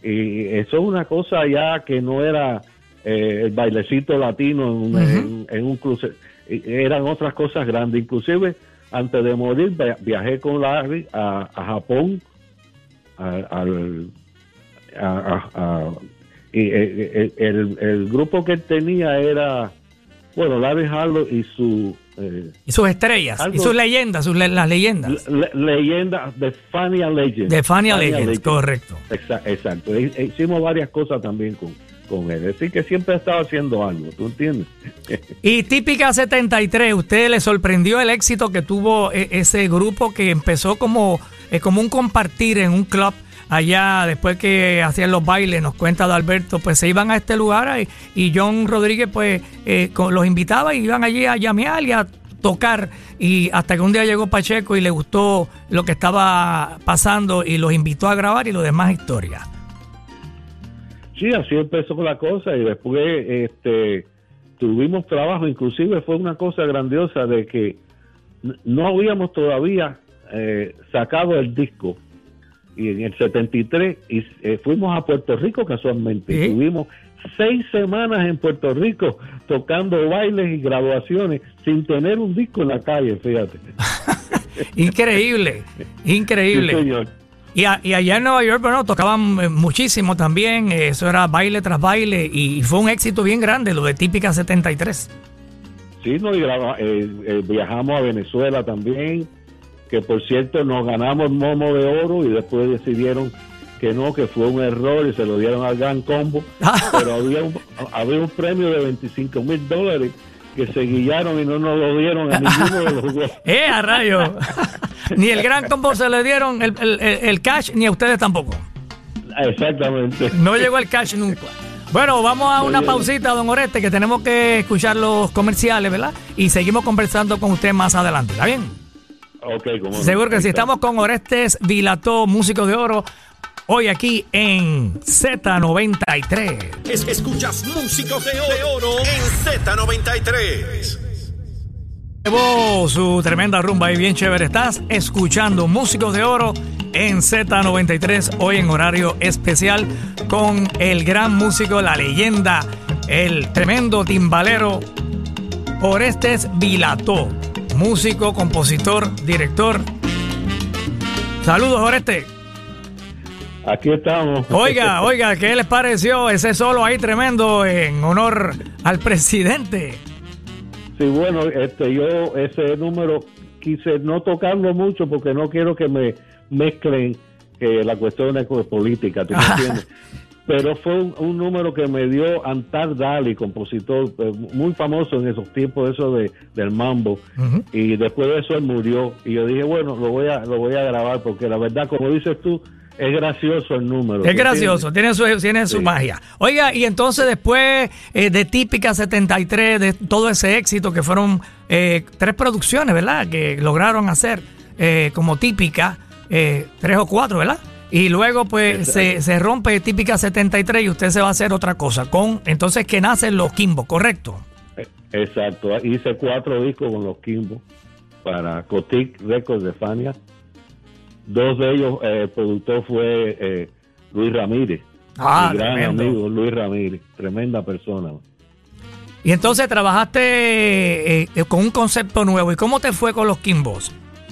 S2: y eso es una cosa ya que no era eh, el bailecito latino en, un, uh-huh. en, en un crucero, eran otras cosas grandes. Inclusive antes de morir viajé con Larry a, a Japón, a, al a, a, a, y el, el, el grupo que él tenía era, bueno, Larry Harlow y su eh,
S1: y sus estrellas, algo, y sus leyendas, sus le, las leyendas.
S2: Le, leyendas de Fania Legends.
S1: De Fania, Fania Legends, Legends, correcto.
S2: Exacto. exacto. E, hicimos varias cosas también con, con él. Así que siempre ha estado haciendo algo, ¿tú entiendes?
S1: Y Típica setenta y tres, ¿usted le sorprendió el éxito que tuvo ese grupo que empezó como, eh, como un compartir en un club? Allá, después que hacían los bailes, nos cuenta Adalberto, pues se iban a este lugar y, y John Rodríguez pues eh, los invitaba y iban allí a llamear y a tocar, y hasta que un día llegó Pacheco y le gustó lo que estaba pasando y los invitó a grabar, y lo demás historia.
S2: Sí, así empezó con la cosa, y después este tuvimos trabajo, inclusive fue una cosa grandiosa de que no habíamos todavía eh, sacado el disco. Y en el setenta y tres y, eh, fuimos a Puerto Rico casualmente. ¿Sí? Tuvimos seis semanas en Puerto Rico tocando bailes y graduaciones sin tener un disco en la calle, fíjate.
S1: Increíble, increíble. Sí, señor. Y, a, y allá en Nueva York, bueno, tocaban muchísimo también, eso era baile tras baile, y fue un éxito bien grande lo de Típica setenta y tres.
S2: Sí, no, y graba, eh, eh, viajamos a Venezuela también, que por cierto nos ganamos Momo de Oro y después decidieron que no, que fue un error y se lo dieron al Gran Combo, pero había un, había un premio de veinticinco mil dólares que se guillaron y no nos lo dieron a ninguno de los dos.
S1: ¡Eh, a rayo! Ni el Gran Combo se le dieron el, el, el cash, ni a ustedes tampoco.
S2: Exactamente.
S1: No llegó el cash nunca. Bueno, vamos a una pausita, don Oreste, que tenemos que escuchar los comerciales, ¿verdad? Y seguimos conversando con usted más adelante, ¿está bien?
S2: Okay, ¿cómo no?
S1: Seguro que sí. Estamos con Orestes Vilató, músico de oro, hoy aquí en Z noventa y tres.
S3: Es, escuchas Músicos de Oro en Z noventa y tres.
S1: Llevó su tremenda rumba y bien chévere. Estás escuchando Músicos de Oro en Z noventa y tres, hoy en horario especial con el gran músico, la leyenda, el tremendo timbalero Orestes Vilató. Músico, compositor, director. Saludos, Oreste.
S2: Aquí estamos.
S1: Oiga, oiga, ¿qué les pareció ese solo ahí tremendo en honor al presidente?
S2: Sí, bueno, este, yo ese número quise no tocarlo mucho porque no quiero que me mezclen eh, la cuestión de política, ¿tú me entiendes? Pero fue un, un número que me dio Antar Dali, compositor eh, muy famoso en esos tiempos, eso de del mambo. Uh-huh. Y después de eso él murió. Y yo dije, bueno, lo voy a lo voy a grabar porque la verdad, como dices tú, es gracioso el número.
S1: Es gracioso, tiene su, tiene su sí. magia. Oiga, y entonces después eh, de Típica setenta y tres, de todo ese éxito que fueron eh, tres producciones, ¿verdad? Que lograron hacer eh, como Típica, eh, tres o cuatro, ¿verdad? Y luego pues se, se rompe Típica setenta y tres y usted se va a hacer otra cosa. Con entonces que nacen los Kimbo, ¿correcto?
S2: Exacto. Hice cuatro discos con los Kimbo para Cotic Records de Fania. Dos de ellos, eh, el productor fue eh, Luis Ramírez.
S1: Ah,
S2: mi gran
S1: tremendo.
S2: amigo Luis Ramírez. Tremenda persona.
S1: Y entonces trabajaste eh, con un concepto nuevo. ¿Y cómo te fue con los Kimbos?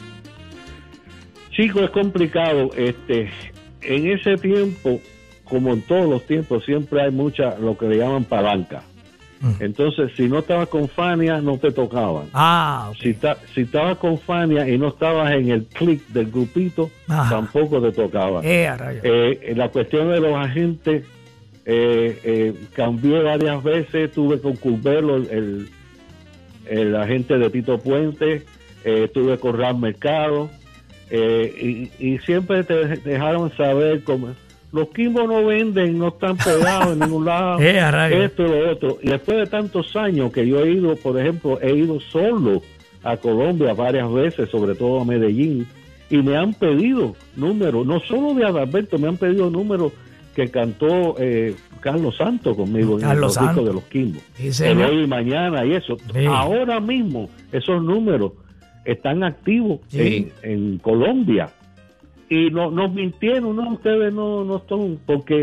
S2: Chico, es complicado. Este, en ese tiempo, como en todos los tiempos, siempre hay mucha, lo que le llaman palanca. Mm. Entonces, si no estabas con Fania, no te tocaban.
S1: Ah, okay.
S2: Si, ta, si estabas con Fania y no estabas en el click del grupito, ah. tampoco te tocaban.
S1: Eh,
S2: eh, la cuestión de los agentes, eh, eh, cambié varias veces. Tuve con Curbelo, el, el, el agente de Tito Puente, eh, tuve con Ram Mercado. Eh, y, y siempre te dejaron saber cómo los Kimbo no venden, no están pegados en ningún lado,
S1: eh,
S2: esto y lo otro. Y después de tantos años que yo he ido, por ejemplo, he ido solo a Colombia varias veces, sobre todo a Medellín, y me han pedido números, no solo de Adalberto, me han pedido números que cantó eh, Carlos Santos conmigo en los discos de los Kimbo, el hoy y mañana y eso. Sí. Ahora mismo esos números están activos sí. en, en Colombia y no, nos mintieron, no, ustedes no, no son, porque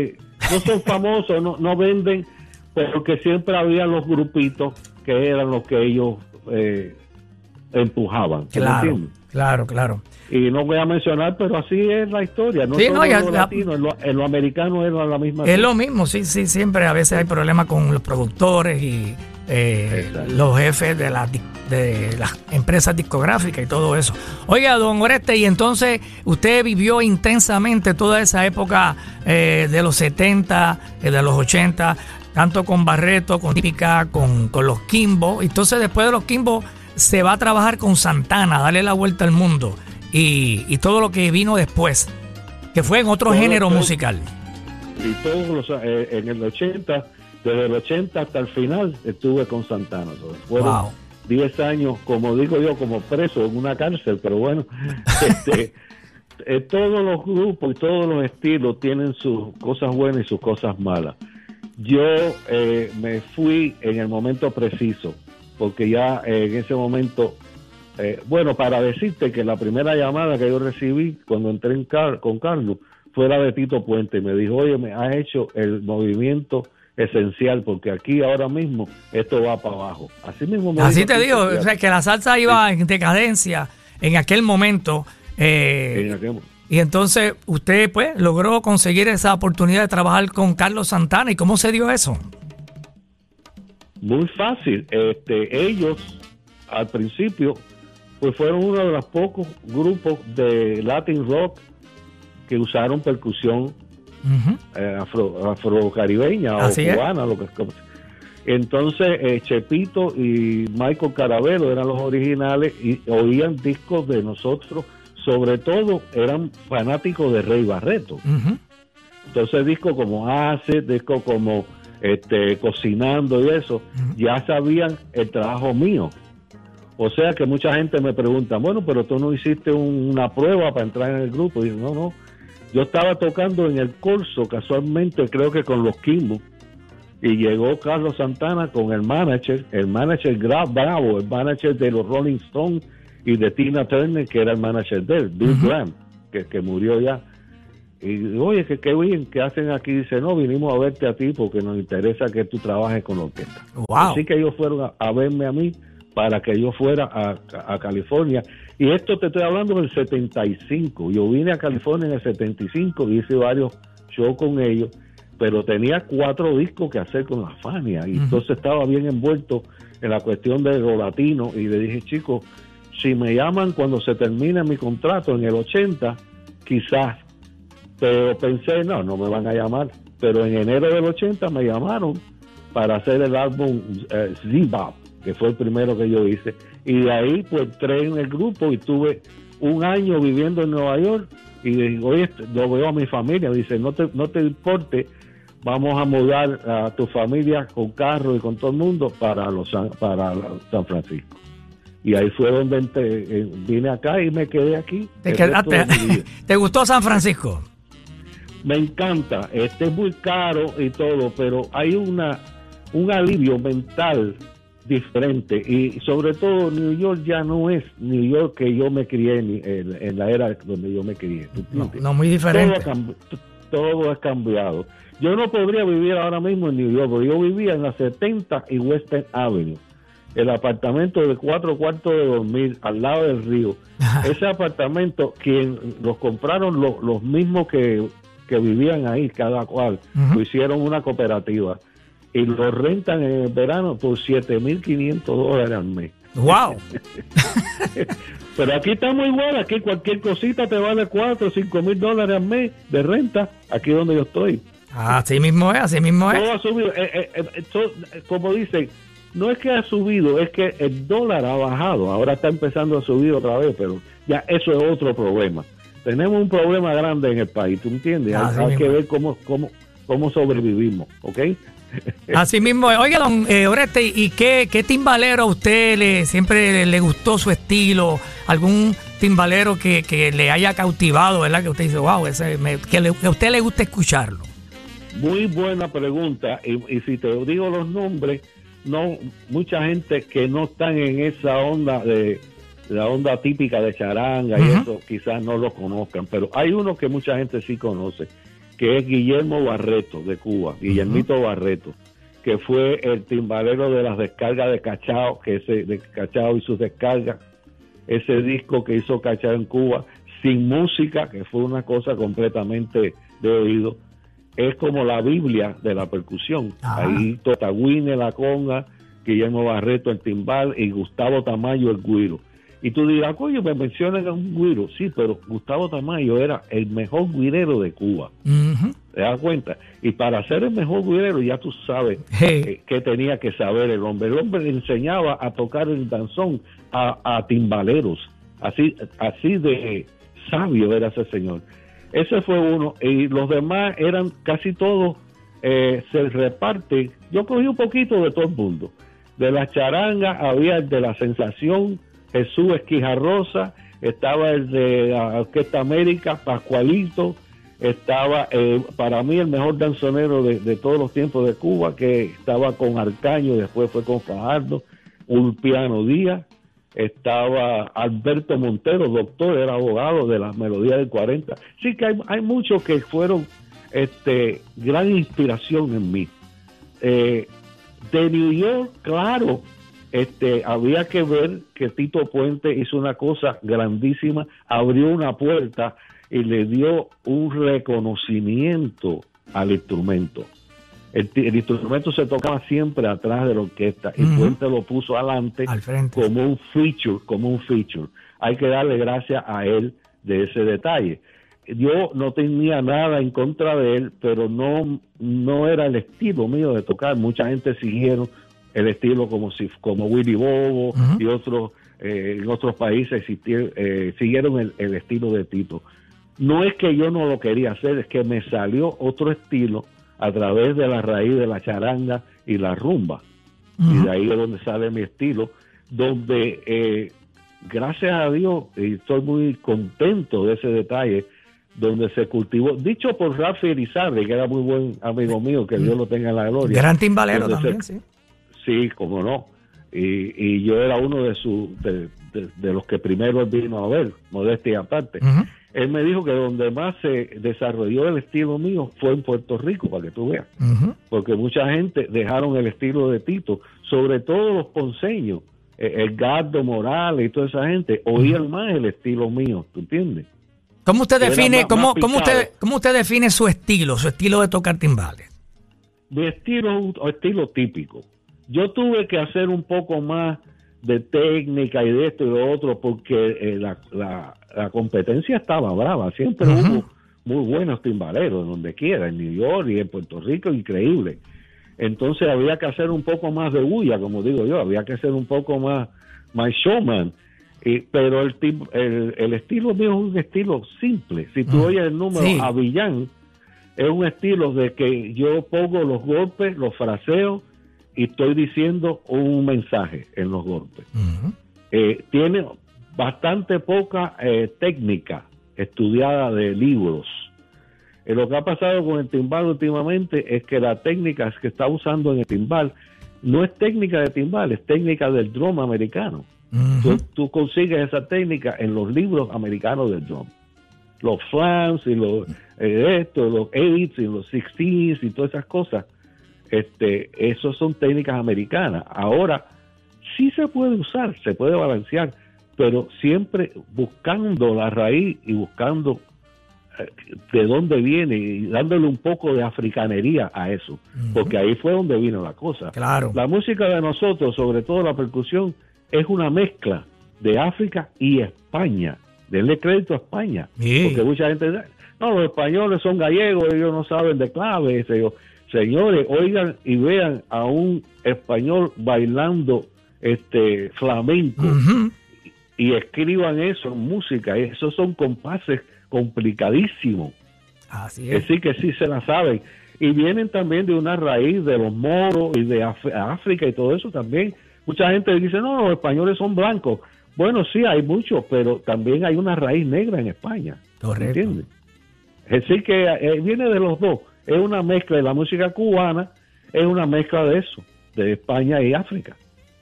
S2: no son famosos, no, no venden, porque siempre había los grupitos que eran los que ellos eh, empujaban.
S1: Claro, claro, claro.
S2: Y no voy a mencionar, pero así es la historia. No
S1: sí,
S2: solo
S1: no, ya,
S2: en lo
S1: ya,
S2: latino, en lo, en lo americano es la misma
S1: Es
S2: cosa.
S1: lo mismo, sí, sí, siempre a veces hay problemas con los productores y eh, los jefes de las de las empresas discográficas y todo eso. Oiga, don Oreste, y entonces usted vivió intensamente toda esa época eh, de los setenta, eh, de los ochenta, tanto con Barreto, con Típica, con, con los Kimbo. Entonces después de los Kimbo se va a trabajar con Santana, darle la vuelta al mundo y, y todo lo que vino después, que fue en otro todo, género todo, musical.
S2: Y todos los, eh, en el ochenta, desde el ochenta hasta el final estuve con Santana. Fueron wow. diez años, como digo yo, como preso en una cárcel, pero bueno, este, eh, todos los grupos y todos los estilos tienen sus cosas buenas y sus cosas malas. Yo eh, me fui en el momento preciso, porque ya eh, en ese momento, eh, bueno, para decirte que la primera llamada que yo recibí cuando entré en Car- con Carlos fue la de Tito Puente, y me dijo, oye, me has hecho el movimiento esencial, porque aquí ahora mismo esto va para abajo. Así mismo me
S1: Así te digo, o sea, que la salsa iba sí. en decadencia en aquel momento. Eh, en aquel... Y entonces usted pues logró conseguir esa oportunidad de trabajar con Carlos Santana. ¿Y cómo se dio eso?
S2: Muy fácil. Este, ellos al principio pues fueron uno de los pocos grupos de Latin rock que usaron percusión uh-huh. eh, afro, afrocaribeña o cubana, lo que es. Entonces eh, Chepito y Michael Caravelo eran los originales y oían discos de nosotros, sobre todo eran fanáticos de Rey Barreto. Uh-huh. Entonces discos como Hace, discos como este, Cocinando y eso, uh-huh. ya sabían el trabajo mío. O sea que mucha gente me pregunta, bueno, pero tú no hiciste un, una prueba para entrar en el grupo. Y digo, no, no. Yo estaba tocando en el Corso, casualmente, creo que con los Kimbo, y llegó Carlos Santana con el manager, el manager Bravo, el manager de los Rolling Stones y de Tina Turner, que era el manager de él, Bill uh-huh. Graham, que, que murió ya. Y oye, que qué bien, ¿qué hacen aquí? Dice, no, vinimos a verte a ti porque nos interesa que tú trabajes con la orquesta.
S1: Wow.
S2: Así que ellos fueron a, a verme a mí para que yo fuera a, a, a California. Y esto te estoy hablando del setenta y cinco. Yo vine a California en el setenta y cinco, hice varios shows con ellos, pero tenía cuatro discos que hacer con la Fania. Y uh-huh. entonces estaba bien envuelto en la cuestión de lo latino. Y le dije, chicos, si me llaman cuando se termine mi contrato en el ochenta, quizás. Pero pensé, no, no me van a llamar. Pero en enero del ochenta me llamaron para hacer el álbum eh, Z-Bop, que fue el primero que yo hice. Y de ahí pues entré en el grupo y tuve un año viviendo en Nueva York. Y dije, oye, lo veo a mi familia. Dice, no te, no te importe, vamos a mudar a tu familia con carro y con todo el mundo para, los, para San Francisco. Y ahí fue donde te, vine acá y me quedé aquí.
S1: ¿Te, quedaste, ¿Te gustó San Francisco?
S2: Me encanta, este es muy caro y todo, pero hay una un alivio mental diferente, y sobre todo New York ya no es New York que yo me crié en, en, en la era donde yo me crié.
S1: No, no, muy diferente.
S2: Todo ha, cambi- todo ha cambiado. Yo no podría vivir ahora mismo en New York, porque yo vivía en la setenta y Western Avenue, el apartamento de cuatro cuartos de dormir al lado del río. Ese apartamento, quien los compraron lo, los mismos que que vivían ahí, cada cual, uh-huh. lo hicieron una cooperativa y lo rentan en el verano por siete mil quinientos dólares al mes.
S1: ¡Wow!
S2: Pero aquí estamos igual, aquí cualquier cosita te vale cuatro o cinco mil dólares al mes de renta, aquí donde yo estoy.
S1: Así mismo es, así mismo es.
S2: Todo ha subido, eh, eh, eh, todo, como dicen, no es que ha subido, es que el dólar ha bajado, ahora está empezando a subir otra vez, pero ya eso es otro problema. Tenemos un problema grande en el país, ¿tú entiendes? Ah, hay, hay que ver cómo, cómo, cómo sobrevivimos, ¿ok?
S1: Así mismo. Oiga, don eh, Oreste, ¿y qué, qué timbalero a usted le, siempre le, le gustó su estilo? ¿Algún timbalero que, que le haya cautivado, verdad? Que usted dice, wow, ese me, que, le, que a usted le gusta escucharlo.
S2: Muy buena pregunta. Y, y si te digo los nombres, no mucha gente que no están en esa onda de... la onda típica de charanga uh-huh. y eso quizás no lo conozcan, pero hay uno que mucha gente sí conoce, que es Guillermo Barreto de Cuba, Guillermito uh-huh. Barreto, que fue el timbalero de las descargas de Cachao, que ese de Cachao y sus descargas, ese disco que hizo Cachao en Cuba, sin música, que fue una cosa completamente de oído, es como la Biblia de la percusión. Ajá. Ahí Totagüine la conga, Guillermo Barreto el timbal y Gustavo Tamayo el güiro. Y tú dirás, coño, me mencionan a un güiro. Sí, pero Gustavo Tamayo era el mejor güirero de Cuba. Uh-huh. ¿Te das cuenta? Y para ser el mejor güirero, ya tú sabes hey. eh, qué tenía que saber el hombre. El hombre le enseñaba a tocar el danzón a, a timbaleros. Así, así de sabio era ese señor. Ese fue uno. Y los demás eran casi todos, eh, se reparte. Yo cogí un poquito de todo el mundo. De la charanga había el de la Sensación, Jesús Esquijarrosa, estaba el de la Orquesta América, Pascualito, estaba eh, para mí el mejor danzonero de, de todos los tiempos de Cuba, que estaba con Arcaño, después fue con Fajardo, Ulpiano Díaz, estaba Alberto Montero, doctor, era abogado de las melodías del cuarenta. Sí que hay, hay muchos que fueron este, gran inspiración en mí. Eh, de New York, claro, Este, había que ver que Tito Puente hizo una cosa grandísima, abrió una puerta y le dio un reconocimiento al instrumento. El, el instrumento se tocaba siempre atrás de la orquesta y uh-huh. Puente lo puso adelante
S1: al frente,
S2: como un feature, como un feature. Hay que darle gracias a él de ese detalle. Yo no tenía nada en contra de él, pero no, no era el estilo mío de tocar. Mucha gente siguieron el estilo como si como Willy Bobo uh-huh. y otros eh, en otros países existieron, eh, siguieron el, el estilo de Tito. No es que yo no lo quería hacer, es que me salió otro estilo a través de la raíz de la charanga y la rumba. Uh-huh. Y de ahí es donde sale mi estilo, donde eh, gracias a Dios, y estoy muy contento de ese detalle, donde se cultivó, dicho por Rafi Elizarri, que era muy buen amigo mío, que Dios lo tenga en la gloria.
S1: Gran timbalero también,
S2: se,
S1: sí.
S2: Sí, cómo no. Y, y yo era uno de, su, de, de, de los que primero él vino a ver, modestia aparte. Uh-huh. Él me dijo que donde más se desarrolló el estilo mío fue en Puerto Rico, para que tú veas. Uh-huh. Porque mucha gente dejaron el estilo de Tito, sobre todo los ponceños, Edgardo Morales y toda esa gente, oían uh-huh. más el estilo mío, ¿tú entiendes?
S1: ¿Cómo usted define, más, cómo, más cómo usted, cómo usted define su estilo, su estilo de tocar timbales?
S2: Mi estilo es un estilo típico. Yo tuve que hacer un poco más de técnica y de esto y de otro porque eh, la, la, la competencia estaba brava. Siempre uh-huh. hubo muy buenos timbaleros donde quiera, en New York y en Puerto Rico, increíble. Entonces había que hacer un poco más de bulla, como digo yo, había que ser un poco más, más showman. Y, pero el, el, el estilo mío es un estilo simple. Si tú uh-huh. oyes el número sí. Avillán, es un estilo de que yo pongo los golpes, los fraseos, y estoy diciendo un mensaje en los golpes. Uh-huh. Eh, tiene bastante poca eh, técnica estudiada de libros. Eh, lo que ha pasado con el timbal últimamente es que la técnica que está usando en el timbal no es técnica de timbal, es técnica del drum americano. Uh-huh. Tú, tú consigues esa técnica en los libros americanos del drum. Los flams y los eh, esto, los eights y los sixteens y todas esas cosas. Este, esos son técnicas americanas. Ahora sí se puede usar, se puede balancear, pero siempre buscando la raíz y buscando eh, de dónde viene y dándole un poco de africanería a eso, uh-huh. porque ahí fue donde vino la cosa.
S1: Claro. La
S2: música de nosotros, sobre todo la percusión, es una mezcla de África y España. Denle crédito a España, sí. porque mucha gente dice, no, los españoles son gallegos, ellos no saben de clave, ese yo. Señores, oigan y vean a un español bailando este flamenco uh-huh. y, y escriban eso en música. Esos son compases complicadísimos.
S1: Así es.
S2: Así que sí se la saben. Y vienen también de una raíz de los moros y de Af- África y todo eso también. Mucha gente dice, no, los españoles son blancos. Bueno, sí, hay muchos, pero también hay una raíz negra en España.
S1: Correcto.
S2: ¿Entiendes? Es decir, que eh, viene de los dos. Es una mezcla de la música cubana, es una mezcla de eso, de España y África.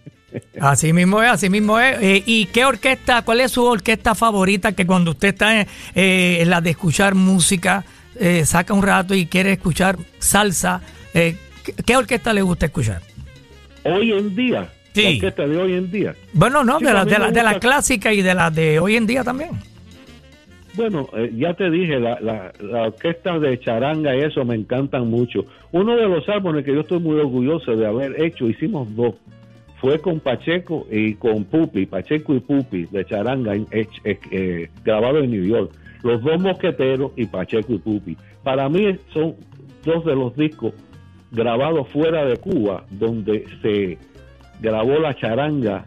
S1: Así mismo es, así mismo es. Eh, ¿Y qué orquesta, cuál es su orquesta favorita que cuando usted está eh, en la de escuchar música, eh, saca un rato y quiere escuchar salsa, eh, ¿qué, ¿qué orquesta le gusta escuchar?
S2: Hoy en día,
S1: Sí.
S2: la orquesta de hoy en día.
S1: Bueno, no,
S2: Sí,
S1: de
S2: a
S1: la,
S2: mí
S1: de,
S2: me
S1: la, de la
S2: gusta-
S1: clásica y de la de hoy en día también.
S2: Bueno, eh, ya te dije, la, la, la orquesta de charanga y eso me encantan mucho. Uno de los álbumes que yo estoy muy orgulloso de haber hecho, hicimos dos, fue con Pacheco y con Pupi, Pacheco y Pupi, de charanga, eh, eh, eh, grabado en New York. Los dos mosqueteros y Pacheco y Pupi. Para mí son dos de los discos grabados fuera de Cuba, donde se grabó la charanga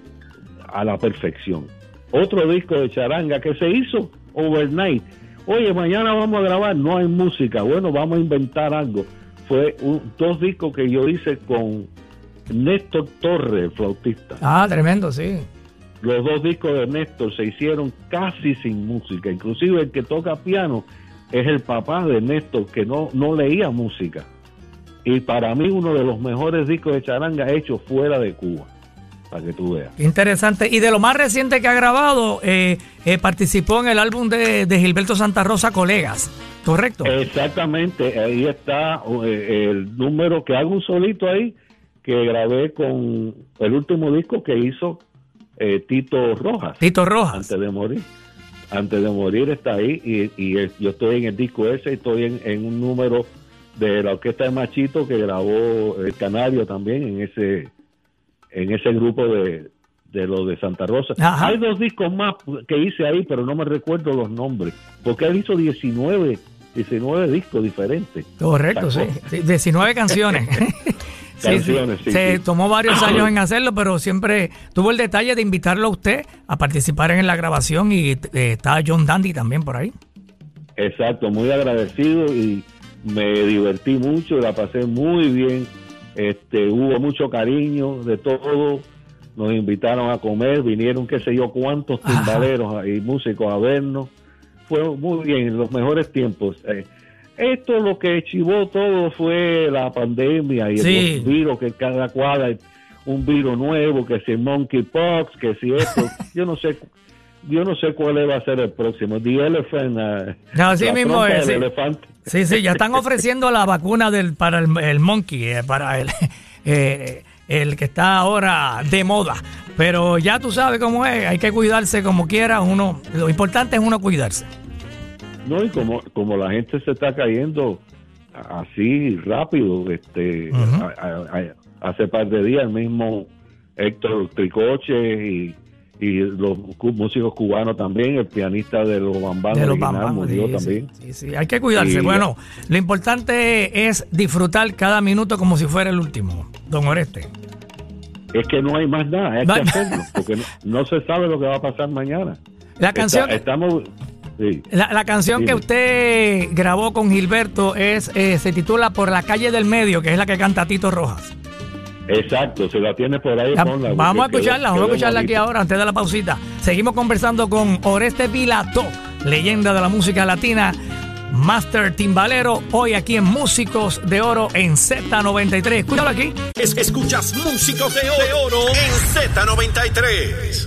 S2: a la perfección. Otro disco de charanga que se hizo overnight. Oye, mañana vamos a grabar, no hay música. Bueno, vamos a inventar algo. Fue un, dos discos que yo hice con Néstor Torres, el flautista.
S1: Ah, tremendo, sí.
S2: Los dos discos de Néstor se hicieron casi sin música. Inclusive el que toca piano es el papá de Néstor, que no, no leía música. Y para mí uno de los mejores discos de charanga hechos fuera de Cuba, para que tú veas.
S1: Interesante. Y de lo más reciente que ha grabado, eh, eh, participó en el álbum de, de Gilberto Santa Rosa, Colegas, ¿correcto?
S2: Exactamente, ahí está eh, el número que hago un solito ahí, que grabé con el último disco que hizo eh, Tito Rojas.
S1: Tito Rojas.
S2: Antes de morir. Antes de morir está ahí y, y eh, yo estoy en el disco ese y estoy en, en un número de la orquesta de Machito que grabó el Canario también en ese en ese grupo de, de los de Santa Rosa.
S1: Ajá.
S2: Hay dos discos más que hice ahí, pero no me recuerdo los nombres, porque él hizo diecinueve, diecinueve discos diferentes.
S1: Correcto, sí.
S2: Sacó.
S1: Sí, diecinueve canciones. Sí,
S2: Canciones, sí,
S1: Se
S2: sí.
S1: tomó varios años en hacerlo, pero siempre tuvo el detalle de invitarlo a usted a participar en la grabación y eh, está John Dandy también por ahí.
S2: Exacto, muy agradecido y me divertí mucho, la pasé muy bien. Este, hubo mucho cariño de todo, nos invitaron a comer, vinieron qué sé yo cuántos timbaleros y músicos a vernos, fue muy bien, los mejores tiempos. Eh, esto lo que chivó todo fue la pandemia y
S1: Sí.
S2: el virus, que cada cuadra un virus nuevo, que si monkeypox, que si esto, yo no sé, yo no sé cuál va a ser el próximo, the elephant, uh,
S1: No, así
S2: la
S1: mismo
S2: trompa
S1: es,
S2: del
S1: sí.
S2: elefante.
S1: Sí, sí, ya están ofreciendo la vacuna del para el, el monkey, eh, para el, eh, el que está ahora de moda. Pero ya tú sabes cómo es, hay que cuidarse como quiera. Uno, lo importante es uno cuidarse.
S2: No, y como, como la gente se está cayendo así rápido, este,
S1: Ujú.
S2: a- a- a- hace par de días el mismo Héctor Tricoche y, y los cu- músicos cubanos también, el pianista de los Bambam
S1: De los
S2: original
S1: Bambam,
S2: murió
S1: sí,
S2: también.
S1: Sí, sí, hay que cuidarse.
S2: Y-
S1: Bueno, lo importante es disfrutar cada minuto como si fuera el último, don Oreste.
S2: Es que no hay más nada, hay
S1: No
S2: que
S1: hay-
S2: hacerlo, porque no, no se sabe lo que va a pasar mañana.
S1: La canción,
S2: Está- estamos... Sí.
S1: la, la canción que
S2: Dime.
S1: usted grabó con Gilberto es eh, se titula Por la calle del medio, que es la que canta Tito Rojas.
S2: Exacto, si la tienes por ahí,
S1: Ya,
S2: ponla.
S1: vamos a
S2: porque
S1: escucharla,
S2: quedó-
S1: vamos a
S2: quedó
S1: escucharla aquí
S2: bonito.
S1: ahora antes de la pausita. Seguimos conversando con Oreste Pilato, leyenda de la música latina, Master Timbalero, hoy aquí en Músicos de Oro en Z noventa y tres. Escúchalo aquí.
S3: Es- escuchas Músicos de Oro en Z noventa y tres.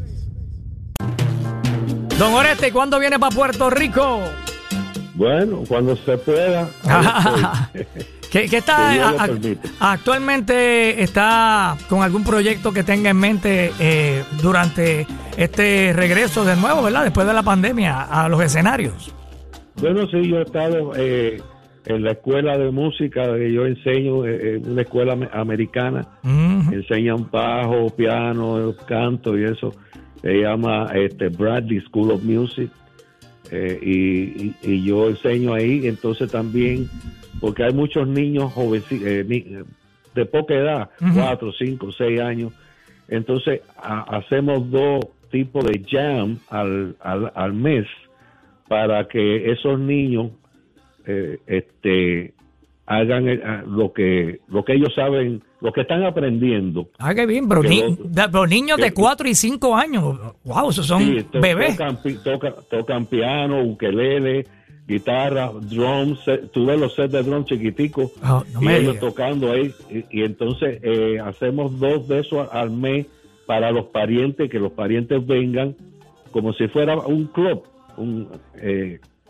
S1: Don Oreste, ¿cuándo viene para Puerto Rico?
S2: Bueno, cuando se pueda. ahí estoy.
S1: ¿Qué, qué está
S2: Que Dios lo
S1: a- a-
S2: permite.
S1: actualmente está con algún proyecto que tenga en mente eh, durante este regreso de nuevo, ¿verdad? Después de la pandemia a los escenarios.
S2: Bueno, sí, yo he estado eh, en la escuela de música que yo enseño, eh, en una escuela ame- americana.
S1: Ujú.
S2: Enseñan bajo, piano, canto y eso. Se llama este, Bradley School of Music. Eh, y, y- y yo enseño ahí, entonces también, porque hay muchos niños jóvenes, eh, ni- de poca edad,
S1: Ujú.
S2: cuatro, cinco, seis años. Entonces ha- hacemos dos tipos de jam al, al, al mes para que esos niños eh, este hagan eh, ah, lo que lo que ellos saben, lo que están aprendiendo.
S1: Ah, qué bien, pero,
S2: Que
S1: ni-
S2: lo-
S1: da- pero niños de
S2: que-
S1: cuatro y cinco años, wow, esos son
S2: Sí, to-
S1: bebés.
S2: Tocan, pi- toca- tocan piano, ukelele, guitarra, drums. eh, Tú ves los sets de drums chiquiticos
S1: Ah, no
S2: y
S1: me
S2: ellos
S1: digas.
S2: tocando ahí. Y, y entonces eh, hacemos dos de esos al mes para los parientes, que los parientes vengan como si fuera un club, un, eh,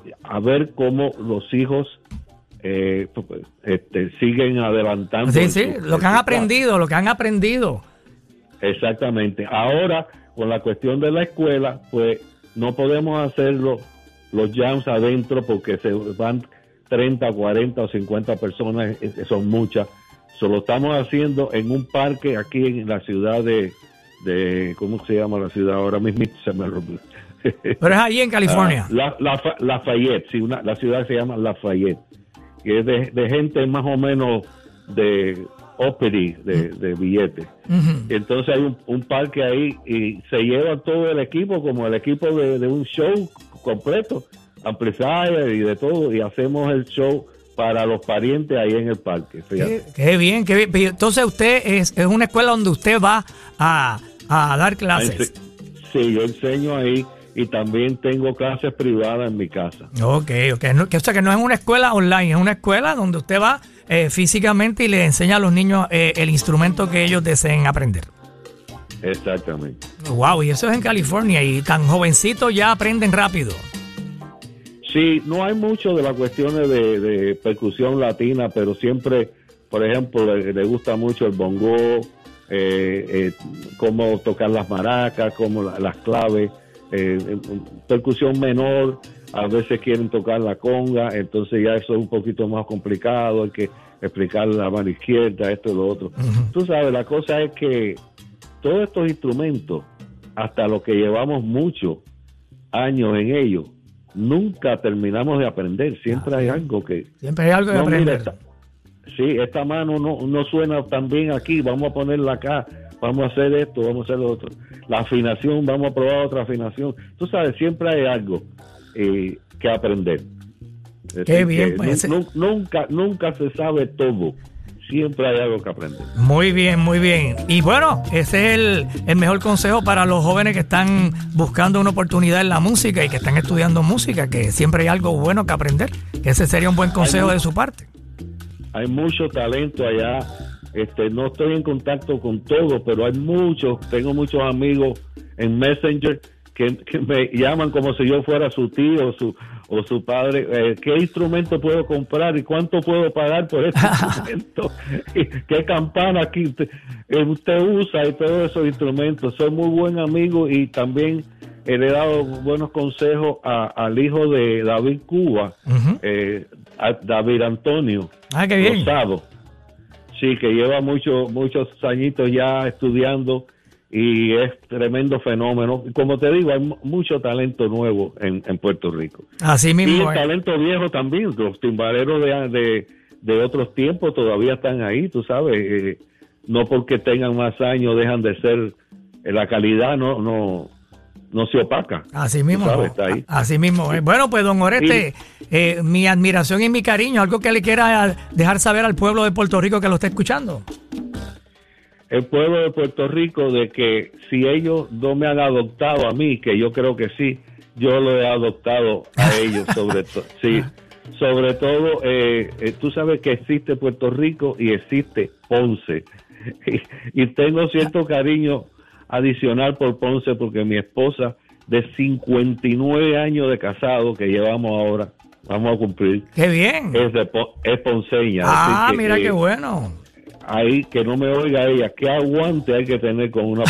S2: a ver cómo los hijos eh, este, siguen adelantando.
S1: Sí, sí,
S2: su,
S1: lo que han aprendido,
S2: clase.
S1: lo que han aprendido.
S2: Exactamente. Ahora, con la cuestión de la escuela, pues no podemos hacerlo los jams adentro porque se van treinta, cuarenta o cincuenta personas, son muchas. Solo estamos haciendo en un parque aquí en la ciudad de, de ¿cómo se llama la ciudad? Ahora mismo se me olvidó.
S1: Pero es allí en California.
S2: Ah, la, la, Lafayette, sí, una, la ciudad se llama Lafayette, que es de, de gente más o menos de óperi, de, de billetes. Uh-huh. Entonces hay un, un parque ahí y se lleva todo el equipo, como el equipo de, de un show completo, amplifier y de todo, y hacemos el show para los parientes ahí en el parque.
S1: Qué, qué bien, qué bien. Entonces usted es, es una escuela donde usted va a, a dar clases.
S2: Sí, yo enseño ahí y también tengo clases privadas en mi casa.
S1: Ok, ok. No, que, o sea que no es una escuela online, es una escuela donde usted va eh, físicamente y le enseña a los niños eh, el instrumento que ellos deseen aprender.
S2: Exactamente.
S1: Wow, y eso es en California y tan jovencitos ya aprenden rápido.
S2: Sí, no hay mucho de las cuestiones de, de percusión latina, pero siempre, por ejemplo, le, le gusta mucho el bongo, eh, eh, cómo tocar las maracas, cómo la, las claves, eh, percusión menor, a veces quieren tocar la conga, entonces ya eso es un poquito más complicado, hay que explicarle la mano izquierda, esto y lo otro. Uh-huh. Tú sabes, la cosa es que todos estos instrumentos, hasta los que llevamos muchos años en ellos, nunca terminamos de aprender, siempre ah, hay algo que...
S1: Siempre hay algo que
S2: no,
S1: aprender.
S2: Mira, esta, sí, esta mano no, no suena tan bien aquí, vamos a ponerla acá, vamos a hacer esto, vamos a hacer lo otro. La afinación, vamos a probar otra afinación. Tú sabes, siempre hay algo eh, que aprender. Es
S1: Qué
S2: decir,
S1: bien.
S2: Pues, ese... nu- nunca, nunca se sabe todo. Siempre hay algo que aprender.
S1: Muy bien, muy bien. Y bueno, ese es el, el mejor consejo para los jóvenes que están buscando una oportunidad en la música y que están estudiando música, que siempre hay algo bueno que aprender. Ese sería un buen consejo de su parte.
S2: Hay mucho talento allá. Este, no estoy en contacto con todos, pero hay muchos. Tengo muchos amigos en Messenger que, que me llaman como si yo fuera su tío o su, o su padre. Eh, ¿Qué instrumento puedo comprar y cuánto puedo pagar por este instrumento? ¿Qué campana aquí usted, eh, usted usa? Y todos esos instrumentos. Soy muy buen amigo y también he dado buenos consejos a, al hijo de David Cuba, uh-huh. eh, a David Antonio
S1: ah, qué bien.
S2: Rosado. Sí, que lleva muchos muchos añitos ya estudiando y es tremendo fenómeno. Como te digo, hay mucho talento nuevo en, en Puerto Rico.
S1: Así mismo.
S2: Y el talento viejo también. Los timbaleros de, de, de otros tiempos todavía están ahí, tú sabes. Eh, no porque tengan más años dejan de ser, eh, la calidad no no no se opaca.
S1: Así mismo.
S2: Sabes, está ahí.
S1: Así mismo. Eh. Bueno, pues don Oreste, y, eh, mi admiración y mi cariño, algo que le quiera dejar saber al pueblo de Puerto Rico que lo está escuchando.
S2: El pueblo de Puerto Rico, de que si ellos no me han adoptado a mí, que yo creo que sí, yo lo he adoptado a ellos, sobre todo. Sí, sobre todo, eh, eh, tú sabes que existe Puerto Rico y existe Ponce. Y, y tengo cierto cariño adicional por Ponce porque mi esposa de cincuenta y nueve años de casado que llevamos ahora, vamos a cumplir.
S1: ¡Qué bien!
S2: Es, de, es ponceña.
S1: Ah,
S2: que,
S1: mira
S2: eh,
S1: qué bueno.
S2: Ahí, que no me oiga ella, qué aguante hay que tener con una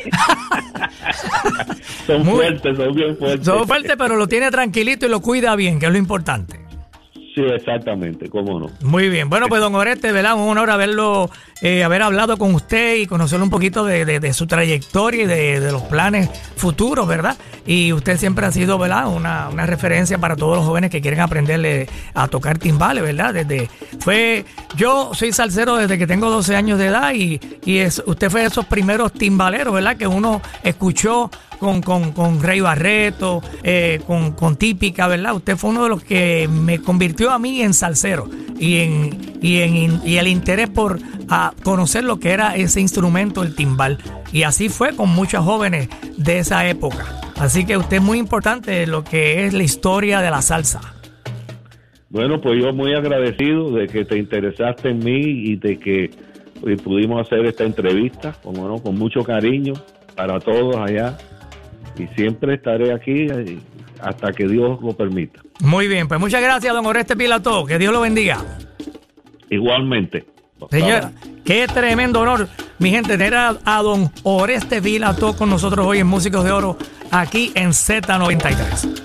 S2: son Muy, fuertes, son bien fuertes.
S1: Son fuertes, pero lo tiene tranquilito y lo cuida bien, que es lo importante.
S2: Sí, exactamente, cómo no.
S1: Muy bien, bueno, pues don Oreste, ¿verdad? Un honor haberlo, eh, haber hablado con usted y conocerlo un poquito de, de, de su trayectoria y de, de los planes futuros, ¿verdad? Y usted siempre ha sido, ¿verdad? Una, una referencia para todos los jóvenes que quieren aprenderle a tocar timbales, ¿verdad? Desde, fue, yo soy salsero desde que tengo doce años de edad y, y es, usted fue de esos primeros timbaleros, ¿verdad? Que uno escuchó con, con, con Rey Barreto, eh, con, con Típica, ¿verdad? Usted fue uno de los que me convirtió a mí en salsero y en y en y el interés por a conocer lo que era ese instrumento, el timbal, y así fue con muchos jóvenes de esa época. Así que usted es muy importante en lo que es la historia de la salsa.
S2: Bueno, pues yo muy agradecido de que te interesaste en mí y de que y pudimos hacer esta entrevista, como no, con mucho cariño para todos allá, y siempre estaré aquí hasta que Dios lo permita.
S1: Muy bien, pues muchas gracias, don Oreste Pilató. Que Dios lo bendiga.
S2: Igualmente.
S1: Señora, qué tremendo honor, mi gente, tener a, a don Oreste Pilató con nosotros hoy en Músicos de Oro, aquí en Z noventa y tres.